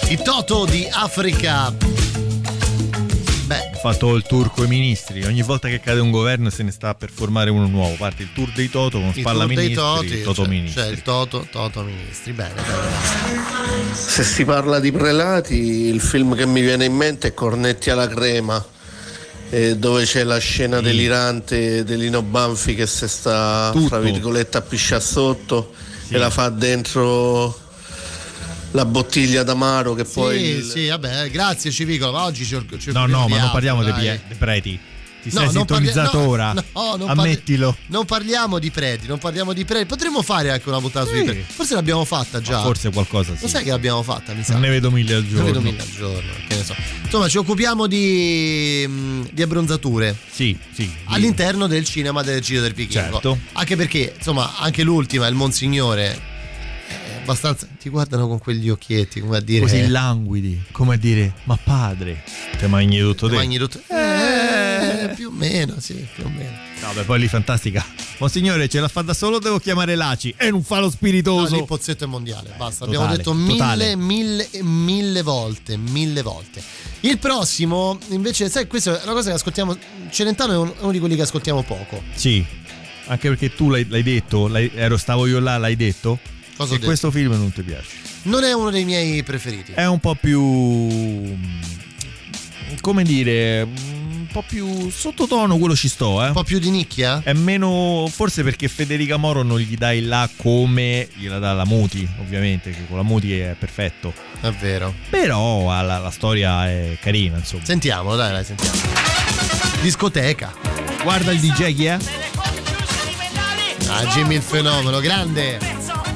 I Toto di Africa. Beh, ha fatto il tour coi ministri. Ogni volta che cade un governo se ne sta per formare uno nuovo. Parte il tour dei Toto con Spalla Ministri, Toto Ministri. Cioè il Toto Ministri. Bene. Se si parla di prelati, il film che mi viene in mente è Cornetti alla crema, dove c'è la scena delirante di Lino Banfi che si sta, tra virgolette, a pisciare sotto e la fa dentro la bottiglia d'amaro che poi... Sì, vabbè, grazie Civico, ma oggi ci No, ma non parliamo dei preti. Ti sei sintonizzato ora? Ammettilo. Non parliamo di preti. Potremmo fare anche una puntata sui preti. Forse l'abbiamo fatta già. Ma forse qualcosa sì. Lo sai che l'abbiamo fatta, mi sa. Non ne vedo 1000 al giorno. Che ne so. Insomma, ci occupiamo di abbronzature. Sì. All'interno del cinema del Giro del Vichingo. Certo. Anche perché, insomma, anche l'ultima, il Monsignore, abbastanza ti guardano con quegli occhietti come a dire così languidi, come a dire ma padre te mangi tutto più o meno. No, beh, poi lì fantastica. Monsignore, ce la fa da solo, devo chiamare l'ACI e non fa lo spiritoso. No, il pozzetto è mondiale, basta, abbiamo detto mille volte. Il prossimo invece, sai, questa è una cosa che ascoltiamo. Celentano è uno di quelli che ascoltiamo poco. Sì, anche perché tu l'hai detto, stavo io là, l'hai detto. Cosa che questo film non ti piace? Non è uno dei miei preferiti. È un po' più, come dire, un po' più sottotono, quello ci sto, Un po' più di nicchia? È meno, forse perché Federica Moro non gli dai là come gliela dà la Muti, ovviamente, che con la Muti è perfetto. È vero. Però la storia è carina, insomma. Sentiamolo, dai, sentiamo. Discoteca. Guarda il DJ chi è? Jimmy il fenomeno, grande.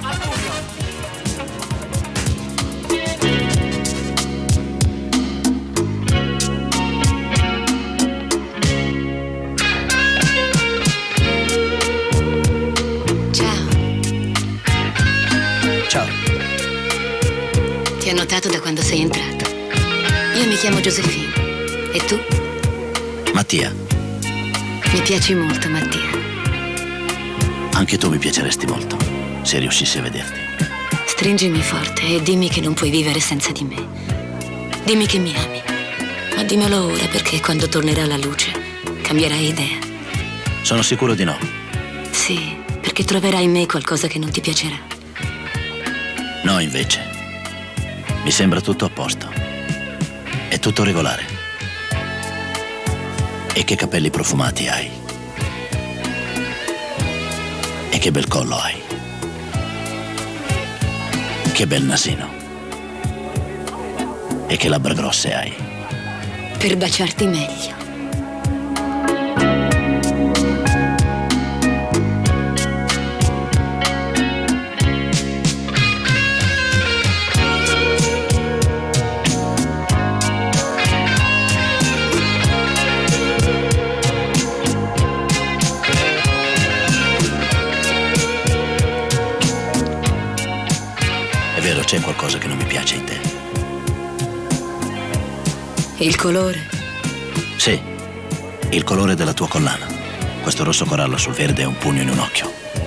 Ciao. Ti ho notato da quando sei entrato. Io mi chiamo Giuseppina. E tu? Mattia. Mi piaci molto, Mattia. Anche tu mi piaceresti molto, se riuscissi a vederti. Stringimi forte e dimmi che non puoi vivere senza di me. Dimmi che mi ami. Ma dimmelo ora, perché quando tornerà la luce cambierai idea. Sono sicuro di no. Sì, perché troverai in me qualcosa che non ti piacerà. No, invece. Mi sembra tutto a posto. È tutto regolare. E che capelli profumati hai. E che bel collo hai. Che bel nasino. E che labbra grosse hai. Per baciarti meglio. C'è qualcosa che non mi piace in te. Il colore? Sì, il colore della tua collana. Questo rosso corallo sul verde è un pugno in un occhio.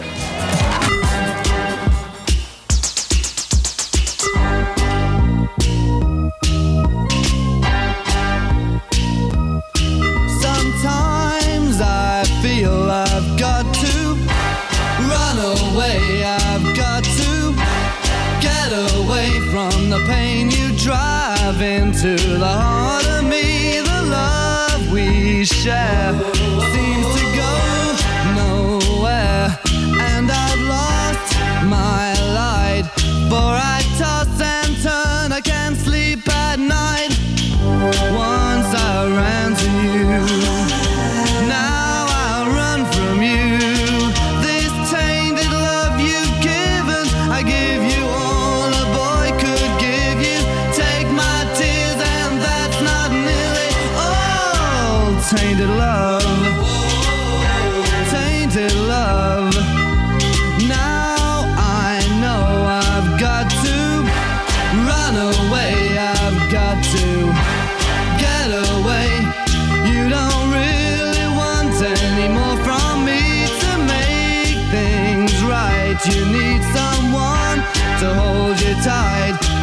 Sometimes I feel I've got to run away, I've got to get away from the pain you drive into the heart of me. The love we share seems to go nowhere, and I've lost my light, for I toss and turn, I can't sleep at night. Once I ran to you, now I run from you. This tainted love you've given, I give you all a boy could give you. Take my tears and that's not nearly all. Tainted love, tainted love. Now I know I've got to run away, I've got to get away. You don't really want any more from me to make things right. You need someone to hold you tight and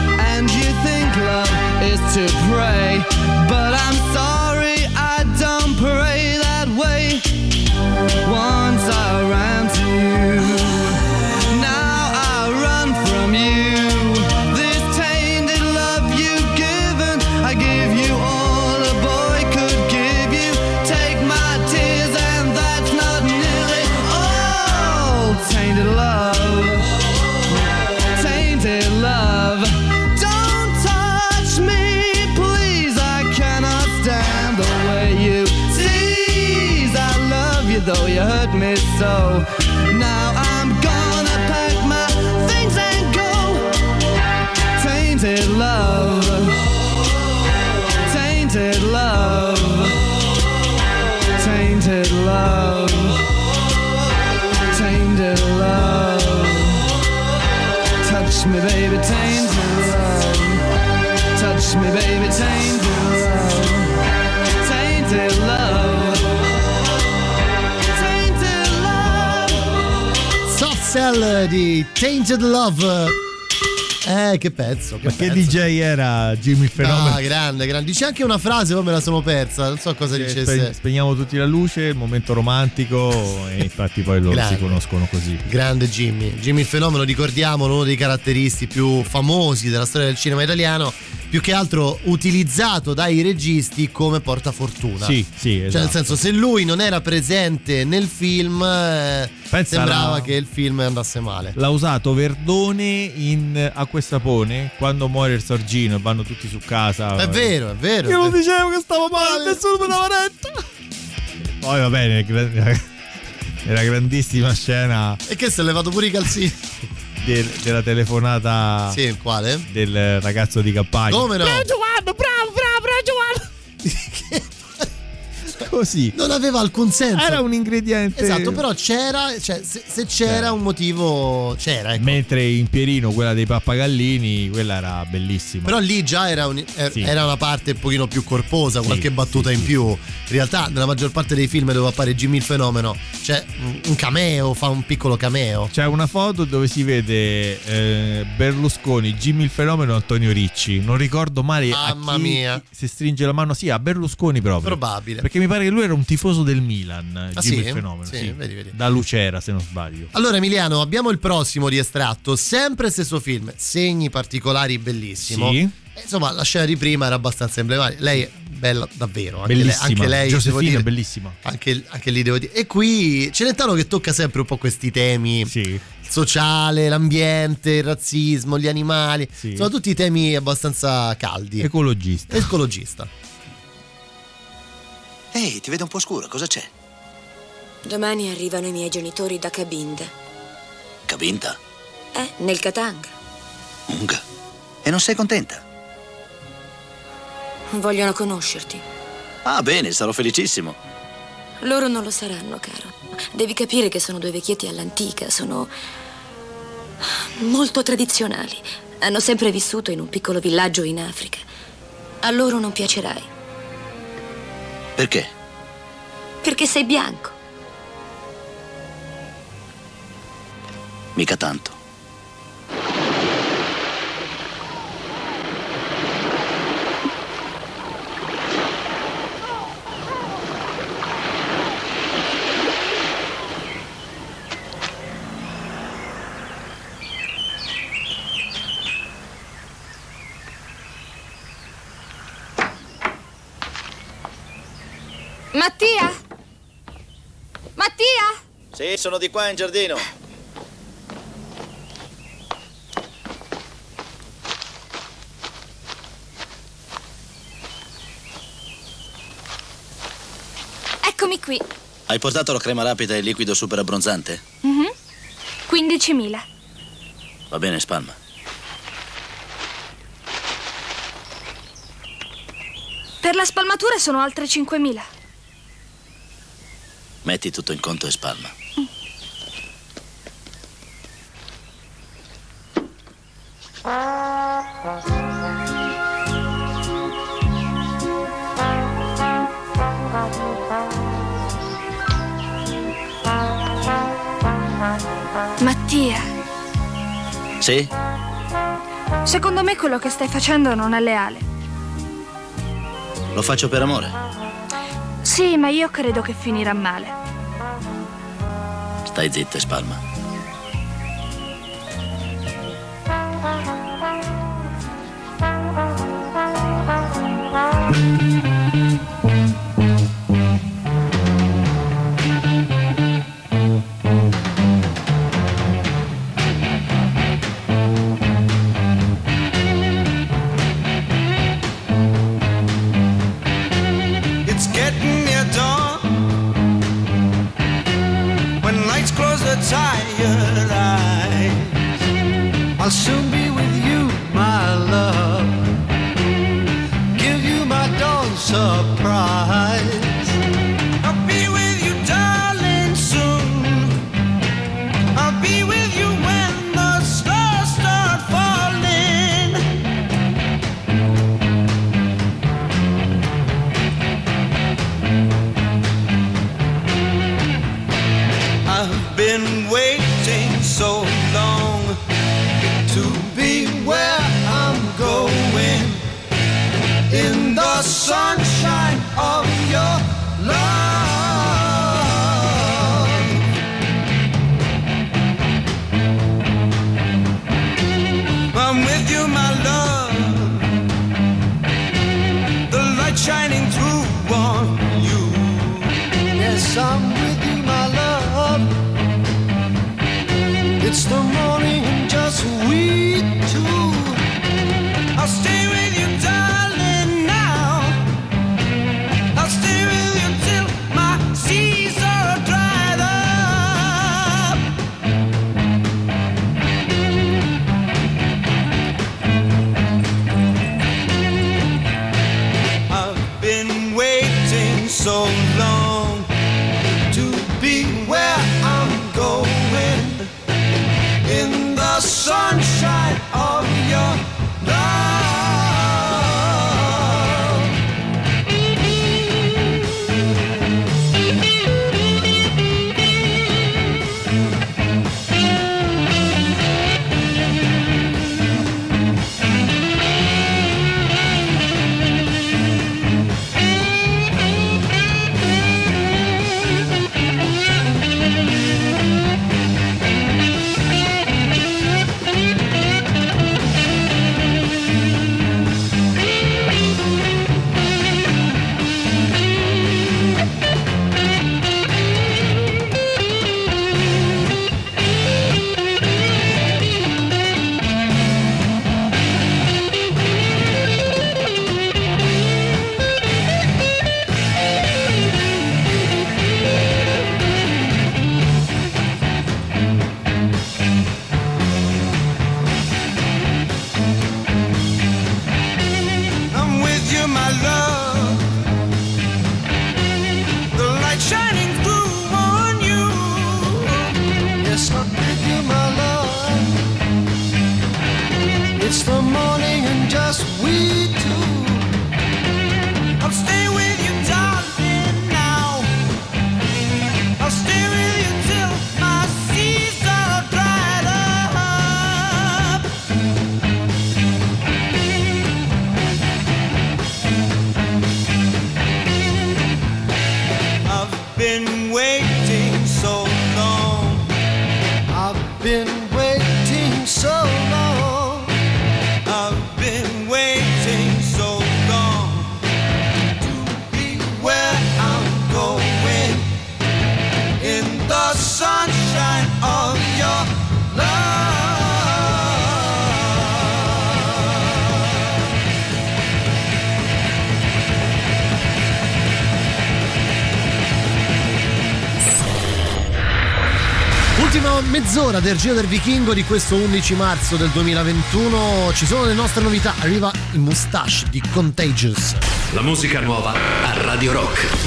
and you think love is to pray, but I'm sorry, I don't pray that way. Once I ran to you, now I run from you. This tainted love you've given, I give you all a boy could give you. Take my tears and that's not nearly all. Tainted love, tainted love. Don't touch me, please, I cannot stand the way you tease. I love you though you hurt me so. Now I'm gonna pack my things and go. Tainted love, tainted love, tainted love, tainted love. Touch me baby, tainted love. Touch me baby, tainted love. Tainted love. Tainted love. Soft Cell di Tainted Love. Che pezzo, Ma che pezzo. DJ era Jimmy il Fenomeno? Ah, grande, grande. Dice anche una frase, poi me la sono persa. Non so cosa dicesse. Spegniamo tutti la luce, il momento romantico, e infatti poi loro Grande. si conoscono così. Grande Jimmy. Jimmy il Fenomeno, ricordiamolo, uno dei caratteristi più famosi della storia del cinema italiano, più che altro utilizzato dai registi come portafortuna. Sì, esatto. Cioè, nel senso, se lui non era presente nel film, sembrava che il film andasse male. L'ha usato Verdone in Acquestapone, quando muore il Sorgino e vanno tutti su casa. È vero, è vero. Io lo dicevo che stavo male, nessuno me l'aveva detto. Poi va bene, era grandissima scena. E che si è levato pure i calzini. Della telefonata. Sì, quale? Del ragazzo di campagna. Come no? Bravo Giovanni, bravo Giovanni. Così. Non aveva alcun senso. Era un ingrediente. Esatto, però c'era, cioè se c'era un motivo, c'era, ecco. Mentre in Pierino, quella dei Pappagallini, quella era bellissima. Però lì già era una parte un pochino più corposa, qualche battuta in più. In realtà nella maggior parte dei film dove appare Jimmy il Fenomeno c'è un cameo, fa un piccolo cameo. C'è una foto dove si vede Berlusconi, Jimmy il Fenomeno e Antonio Ricci. Non ricordo male Mamma a chi mia. si stringe la mano. Sì, a Berlusconi proprio. Probabile. Perché mi pare che lui era un tifoso del Milan, Jimmy sì? il Fenomeno. Sì, Sì. vedi. Da Lucera, se non sbaglio. Allora Emiliano, abbiamo il prossimo di estratto, sempre stesso film, segni particolari, bellissimo. Sì. Insomma, la scena di prima era abbastanza emblematica. Lei è bella davvero, Bellissima. anche lei devo Giosefina dire, è bellissima. anche lì devo dire. E qui Celentano che tocca sempre un po' questi temi. Sì. Il sociale, l'ambiente, il razzismo, gli animali. Sì. Sono tutti temi abbastanza caldi. Ecologista. Ehi, ti vedo un po' scuro, cosa c'è? Domani arrivano i miei genitori da Cabinda. Cabinda? Nel Katanga. Unga. E non sei contenta? Vogliono conoscerti. Ah, bene, sarò felicissimo. Loro non lo saranno, caro. Devi capire che sono due vecchietti all'antica, sono molto tradizionali. Hanno sempre vissuto in un piccolo villaggio in Africa. A loro non piacerai. Perché? Perché sei bianco. Mica tanto. Mattia? Mattia? Sì, sono di qua in giardino. Eccomi qui. Hai portato la crema rapida e il liquido super abbronzante? 15.000. Va bene, spalma. Per la spalmatura sono altre 5.000. Metti tutto in conto e spalma. Mattia, Sì? Secondo me quello che stai facendo non è leale. Lo faccio per amore. Sì, ma io credo che finirà male. Stai zitta, Spalma. Tired eyes. I'll soon be with you, my love. Give you my dawn surprise. I'll be with you, darling, soon. I'll be with you when the stars start falling. I've been waiting so long to be where I'm going, in the sunshine of your love. I'm with you, my love, the light shining through on you. Yes, I'm with you, my love. It's the morning and just we two. I'll stay with you, darling, now. I'll stay with you till my seas are dried up. I've been waiting so long to be where I'm going, in the sunshine of your love. I'm with you, my love, the light shining through on you. Yes, I'm with you, my love. It's the morning and just we two. I'll stay with you, darling, now. I'll stay with you till my seas are dried up. I've been waiting so long. I've been waiting so long. I've been waiting so long to be where I'm going, in the sunshine of your love. Ultima mezz'ora del Giro del Vichingo di questo 11 marzo del 2021. Ci sono le nostre novità. Arriva il Moustache di Contagious. La musica nuova a Radio Rock.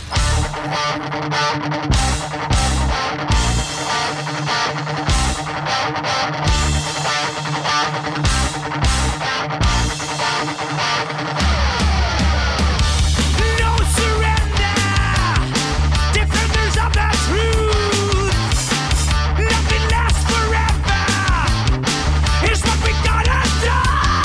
No surrender, defenders of the truth. Nothing lasts forever. Here's what we gotta do.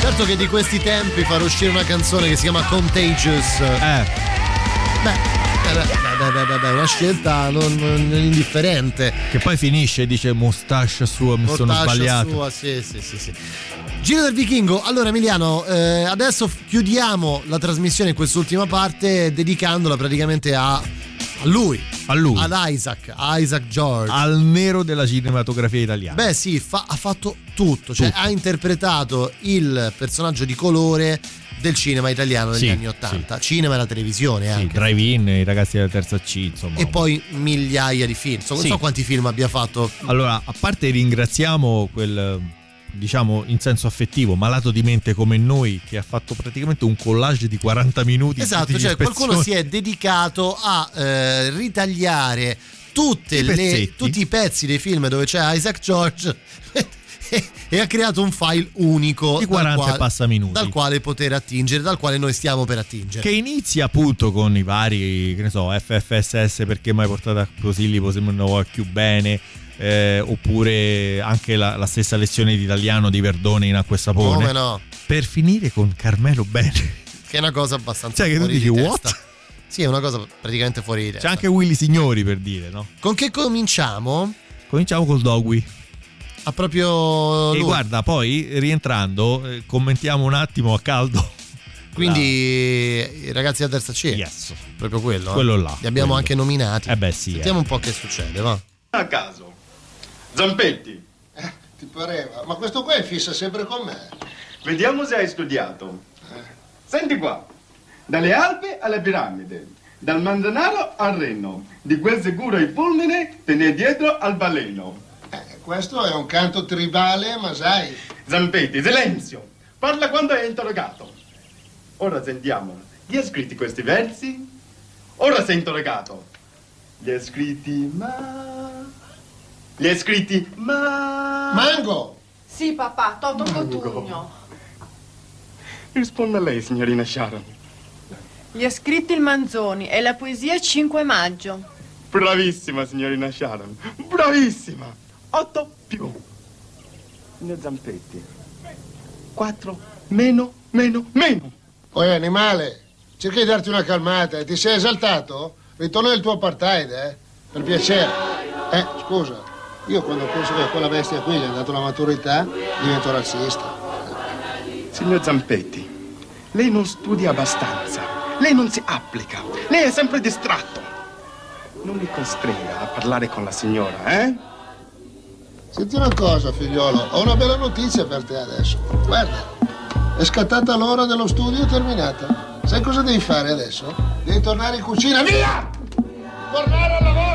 Certo che di questi tempi far uscire una canzone che si chiama Contagious. Beh, una scelta non indifferente. Che poi finisce, dice moustache sua, mi sono sbagliato. Sua, sì. Giro del Vichingo. Allora Emiliano, adesso chiudiamo la trasmissione in quest'ultima parte dedicandola praticamente a lui, ad Isaac George, al nero della cinematografia italiana. Beh sì, ha fatto tutto, cioè ha interpretato il personaggio di colore del cinema italiano negli anni '80, cinema e la televisione anche. Drive-in, i ragazzi della terza C, insomma. E poi migliaia di film, non so quanti film abbia fatto. Allora, a parte ringraziamo quel, diciamo in senso affettivo, malato di mente come noi, che ha fatto praticamente un collage di 40 minuti. Esatto, cioè qualcuno si è dedicato a ritagliare tutti i pezzi dei film dove c'è Isaac George e ha creato un file unico di 40 passaminути dal quale poter attingere, dal quale noi stiamo per attingere, che inizia appunto con i vari, che ne so, FFSS, perché mai portata così li possiamo più bene, oppure anche la stessa lezione di italiano di Verdone in Acqua e Sapone. Come no? Per finire con Carmelo Bene, che è una cosa abbastanza, cioè, che tu dici what? Sì, è una cosa praticamente fuori di testa. C'è anche Willy Signori, per dire, no? Con che cominciamo? Cominciamo col Dogui. Ah, proprio lui. E guarda, poi rientrando commentiamo un attimo a caldo. Quindi i ragazzi della terza C. Yes. Proprio quello. Quello là. Li abbiamo anche nominati. Beh sì. Sentiamo un po' che succede, va. A caso. Zampetti. Ti pareva? Ma questo qua è fissa sempre con me. Vediamo se hai studiato. Senti qua. Dalle Alpi alle piramidi. Dal Manzanaro al Reno. Di quel sicuro il fulmine te ne dietro al baleno. Questo è un canto tribale, ma sai. Zampetti, silenzio! Parla quando è interrogato. Ora sentiamo. Chi ha scritto questi versi? Ora sei interrogato. Li ha scritti Mango! Sì, papà, Toto Cotugno. Risponda lei, signorina Sharon. Li ha scritti il Manzoni e la poesia 5 maggio. Bravissima, signorina Sharon. Bravissima. 8 più. Signor Zampetti. 4 meno. Poi animale, cerca di darti una calmata. Ti sei esaltato? Ritorna nel tuo apartheid, per piacere. Scusa, io quando penso che quella bestia qui gli ha dato la maturità, divento razzista. Signor Zampetti, lei non studia abbastanza. Lei non si applica. Lei è sempre distratto. Non mi costringa a parlare con la signora, Senti una cosa, figliolo, ho una bella notizia per te adesso. Guarda, è scattata l'ora dello studio terminata. Sai cosa devi fare adesso? Devi tornare in cucina, via! Tornare al lavoro!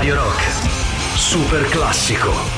Radio Rock, super classico.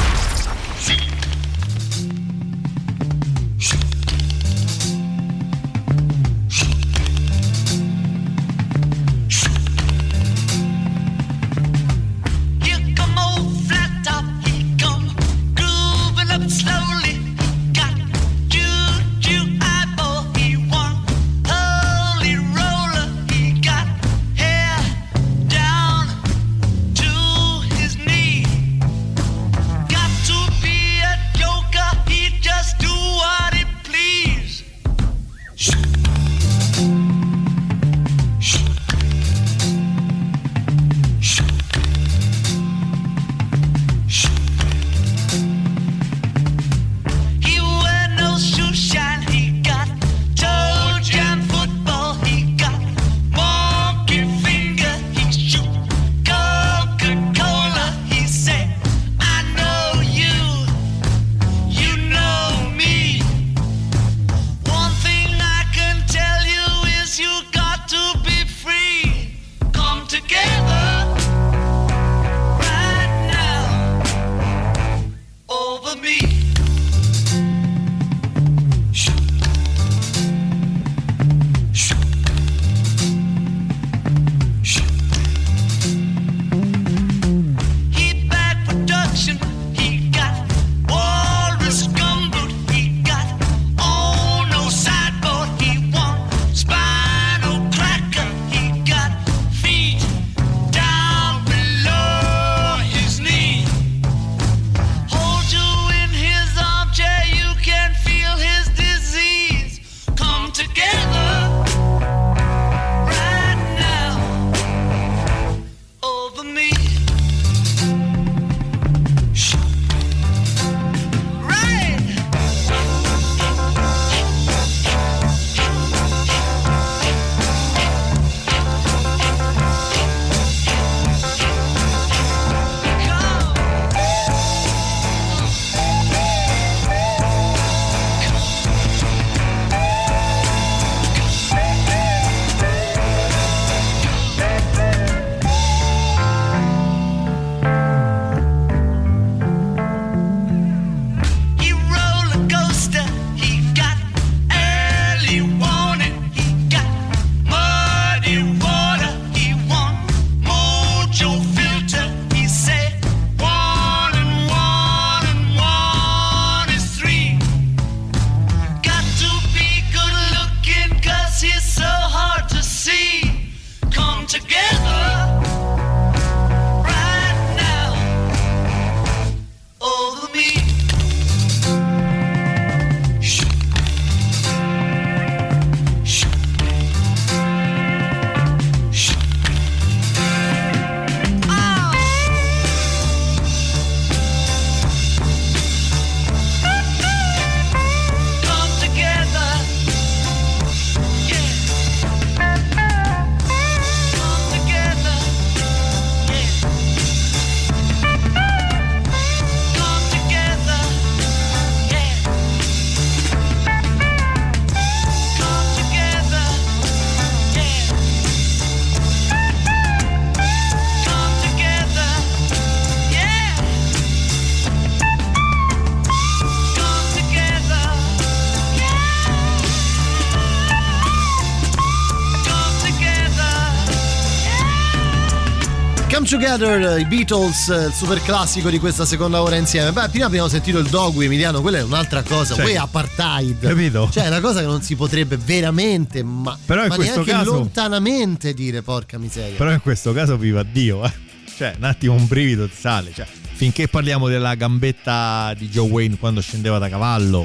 Together, i Beatles, il super classico di questa seconda ora insieme. Beh, prima abbiamo sentito il Dogui, Emiliano, quella è un'altra cosa, cioè, poi apartheid, capito? Cioè è una cosa che non si potrebbe veramente, ma in questo neanche caso, lontanamente dire, porca miseria. Però in questo caso viva Dio, cioè un attimo un brivido ti sale, cioè, finché parliamo della gambetta di Joe Wayne quando scendeva da cavallo,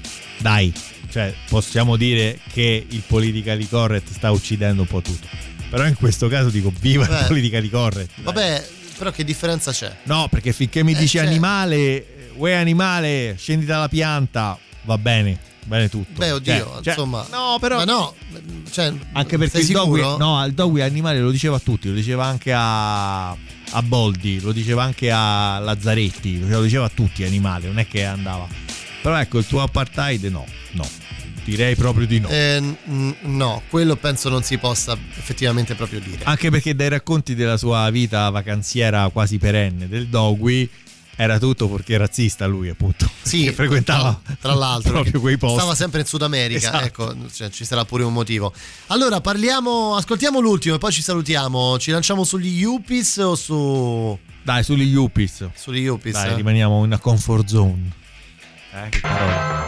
dai, cioè possiamo dire che il politically correct sta uccidendo un po' tutto. Però in questo caso dico viva il politically correct. Vabbè, però che differenza c'è? No, perché finché mi dici animale, uè animale, scendi dalla pianta, va bene tutto. Beh, oddio, insomma. No, però. Ma no, cioè, anche perché il Dogui animale lo diceva a tutti, lo diceva anche a Boldi, lo diceva anche a Lazzaretti, lo diceva a tutti animale, non è che andava. Però ecco, il tuo apartheid no. Direi proprio di no. No, quello penso non si possa effettivamente proprio dire. Anche perché dai racconti della sua vita vacanziera quasi perenne del Dogui era tutto perché razzista lui, appunto. Sì, che frequentava tra l'altro proprio quei posti. Stava sempre in Sud America, esatto. Ecco, cioè, ci sarà pure un motivo. Allora ascoltiamo l'ultimo e poi ci salutiamo. Ci lanciamo sugli Yuppies o su... Dai, sugli Yuppies. Sugli Yuppies. Dai, rimaniamo in una comfort zone. Che parola.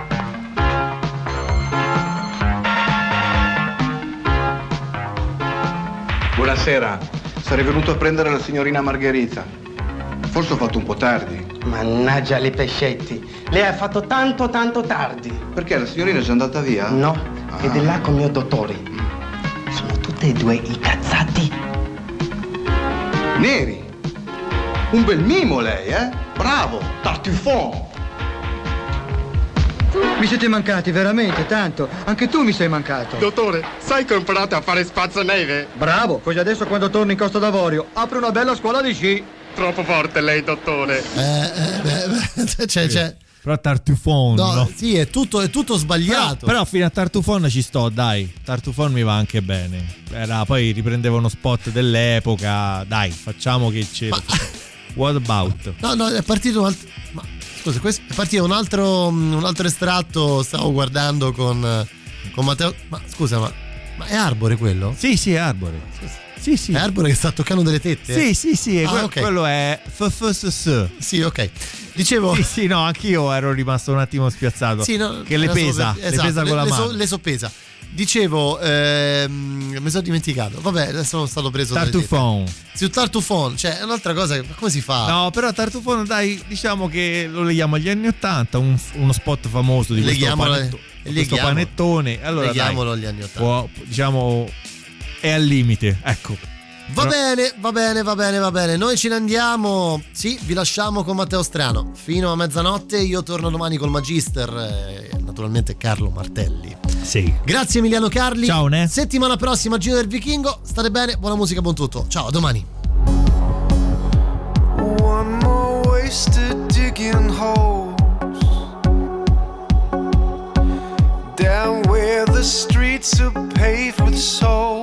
Buonasera, sarei venuto a prendere la signorina Margherita. Forse ho fatto un po' tardi. Mannaggia le pescetti. Lei ha fatto tanto tardi. Perché la signorina è già andata via? No, ed è là con mio dottore. Sono tutti e due incazzati. Neri. Un bel mimo lei, eh? Bravo, tartufon. Mi siete mancati veramente tanto. Anche tu mi sei mancato. Dottore, sai che ho imparato a fare spazzaneve? Bravo, così adesso quando torni in Costa d'Avorio apri una bella scuola di sci. Troppo forte lei, dottore. C'è. Però Tartufon, no? Sì, è tutto sbagliato. Però fino a Tartufon ci sto, dai. Tartufon mi va anche bene. Poi riprendeva uno spot dell'epoca. Dai, facciamo che c'è. What about? No, è partito un altro. Ma scusa, è partito un altro estratto. Stavo guardando con Matteo. Ma scusa, ma è Arbore quello? Sì, è Arbore. Sì. È Arbore che sta toccando delle tette? Sì. Okay. Quello è FFSS. Sì, ok. Dicevo. Sì, no, anch'io ero rimasto un attimo spiazzato. Sì, no, che le pesa. Esatto, le pesa con la mano. Le soppesa. Dicevo, mi sono dimenticato. Vabbè, adesso sono stato preso Tartufon. Sì, Tartufon, cioè è un'altra cosa. Come si fa? No, però Tartufon, dai, diciamo che lo leghiamo agli anni '80, uno spot famoso di questo panettone. Allora, leghiamolo agli anni '80. Diciamo, è al limite, ecco. Va bene. Noi ce ne andiamo. Sì, vi lasciamo con Matteo Strano fino a mezzanotte. Io torno domani col Magister, naturalmente Carlo Martelli. Sì. Grazie Emiliano Carli. Ciao, ne. Settimana prossima Giro del Vichingo. State bene, buona musica, buon tutto. Ciao, a domani. One more wasted digging holes down where the streets are paved with souls.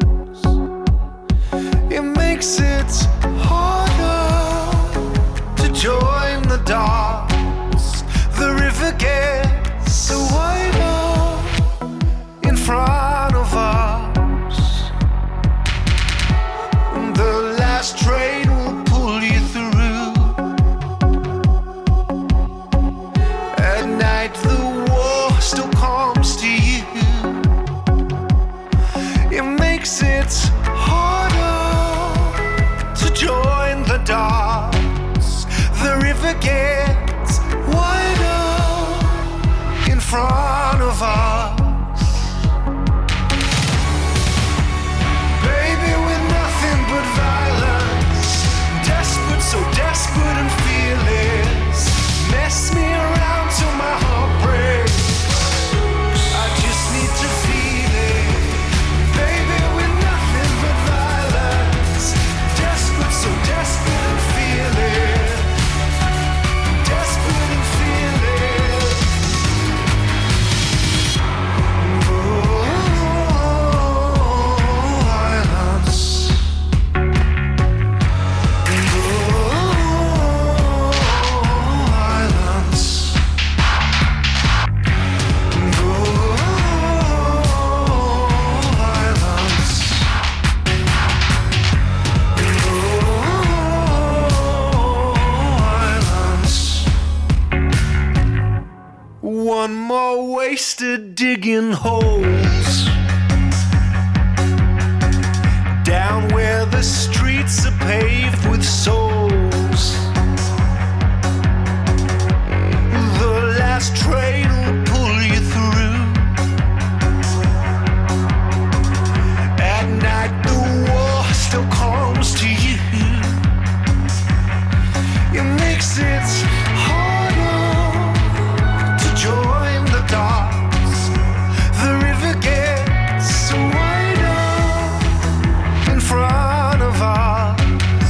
It makes it harder to join the dots. The river gets so wider in front of us. The last train will pull you through. At night the war still comes to you. It makes it harder to join the dots. The river gets wider in front of us. Baby, we're nothing but violence. Desperate, so desperate and fearless. Mess me around till my heart breaks. I just need to feel it. Baby, we're nothing but violence. Desperate, so desperate and fearless. Desperate and fearless. Oh, violence. One more wasted digging holes down where the streets are paved with souls. The last train will pull you through. At night the war still comes to you. It makes it harder to join the dots. The river gets wider in front of us.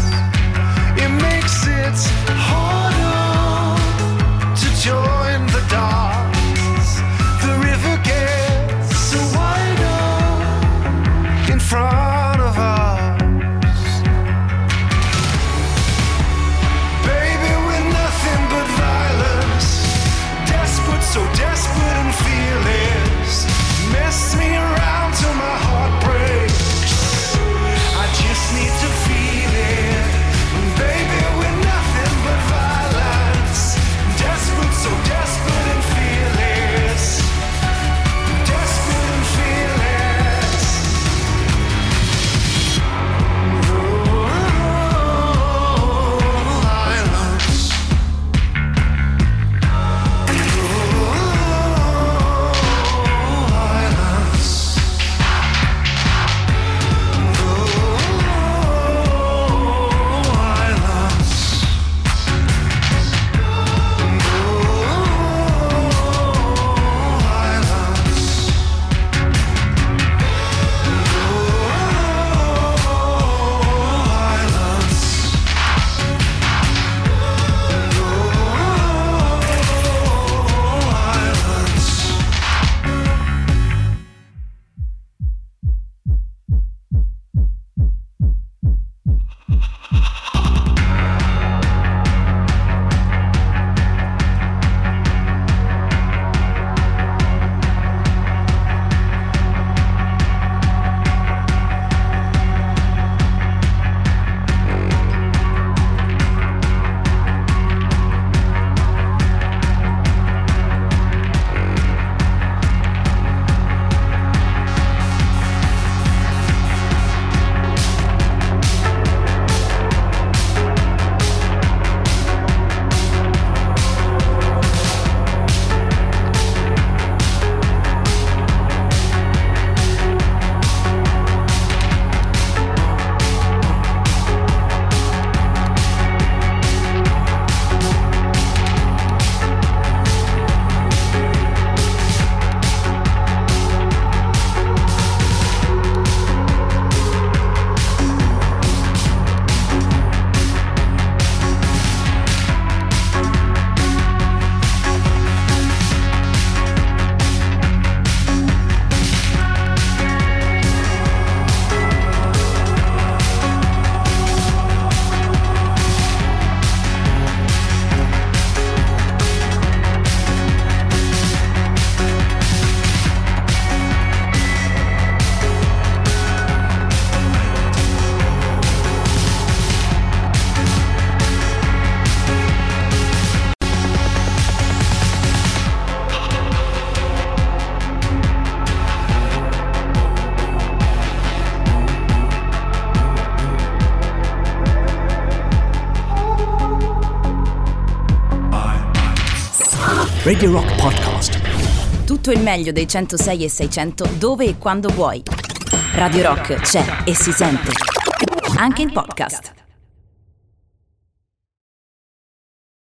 Radio Rock Podcast. Tutto il meglio dei 106 e 600 dove e quando vuoi. Radio Rock c'è e si sente. Anche in podcast.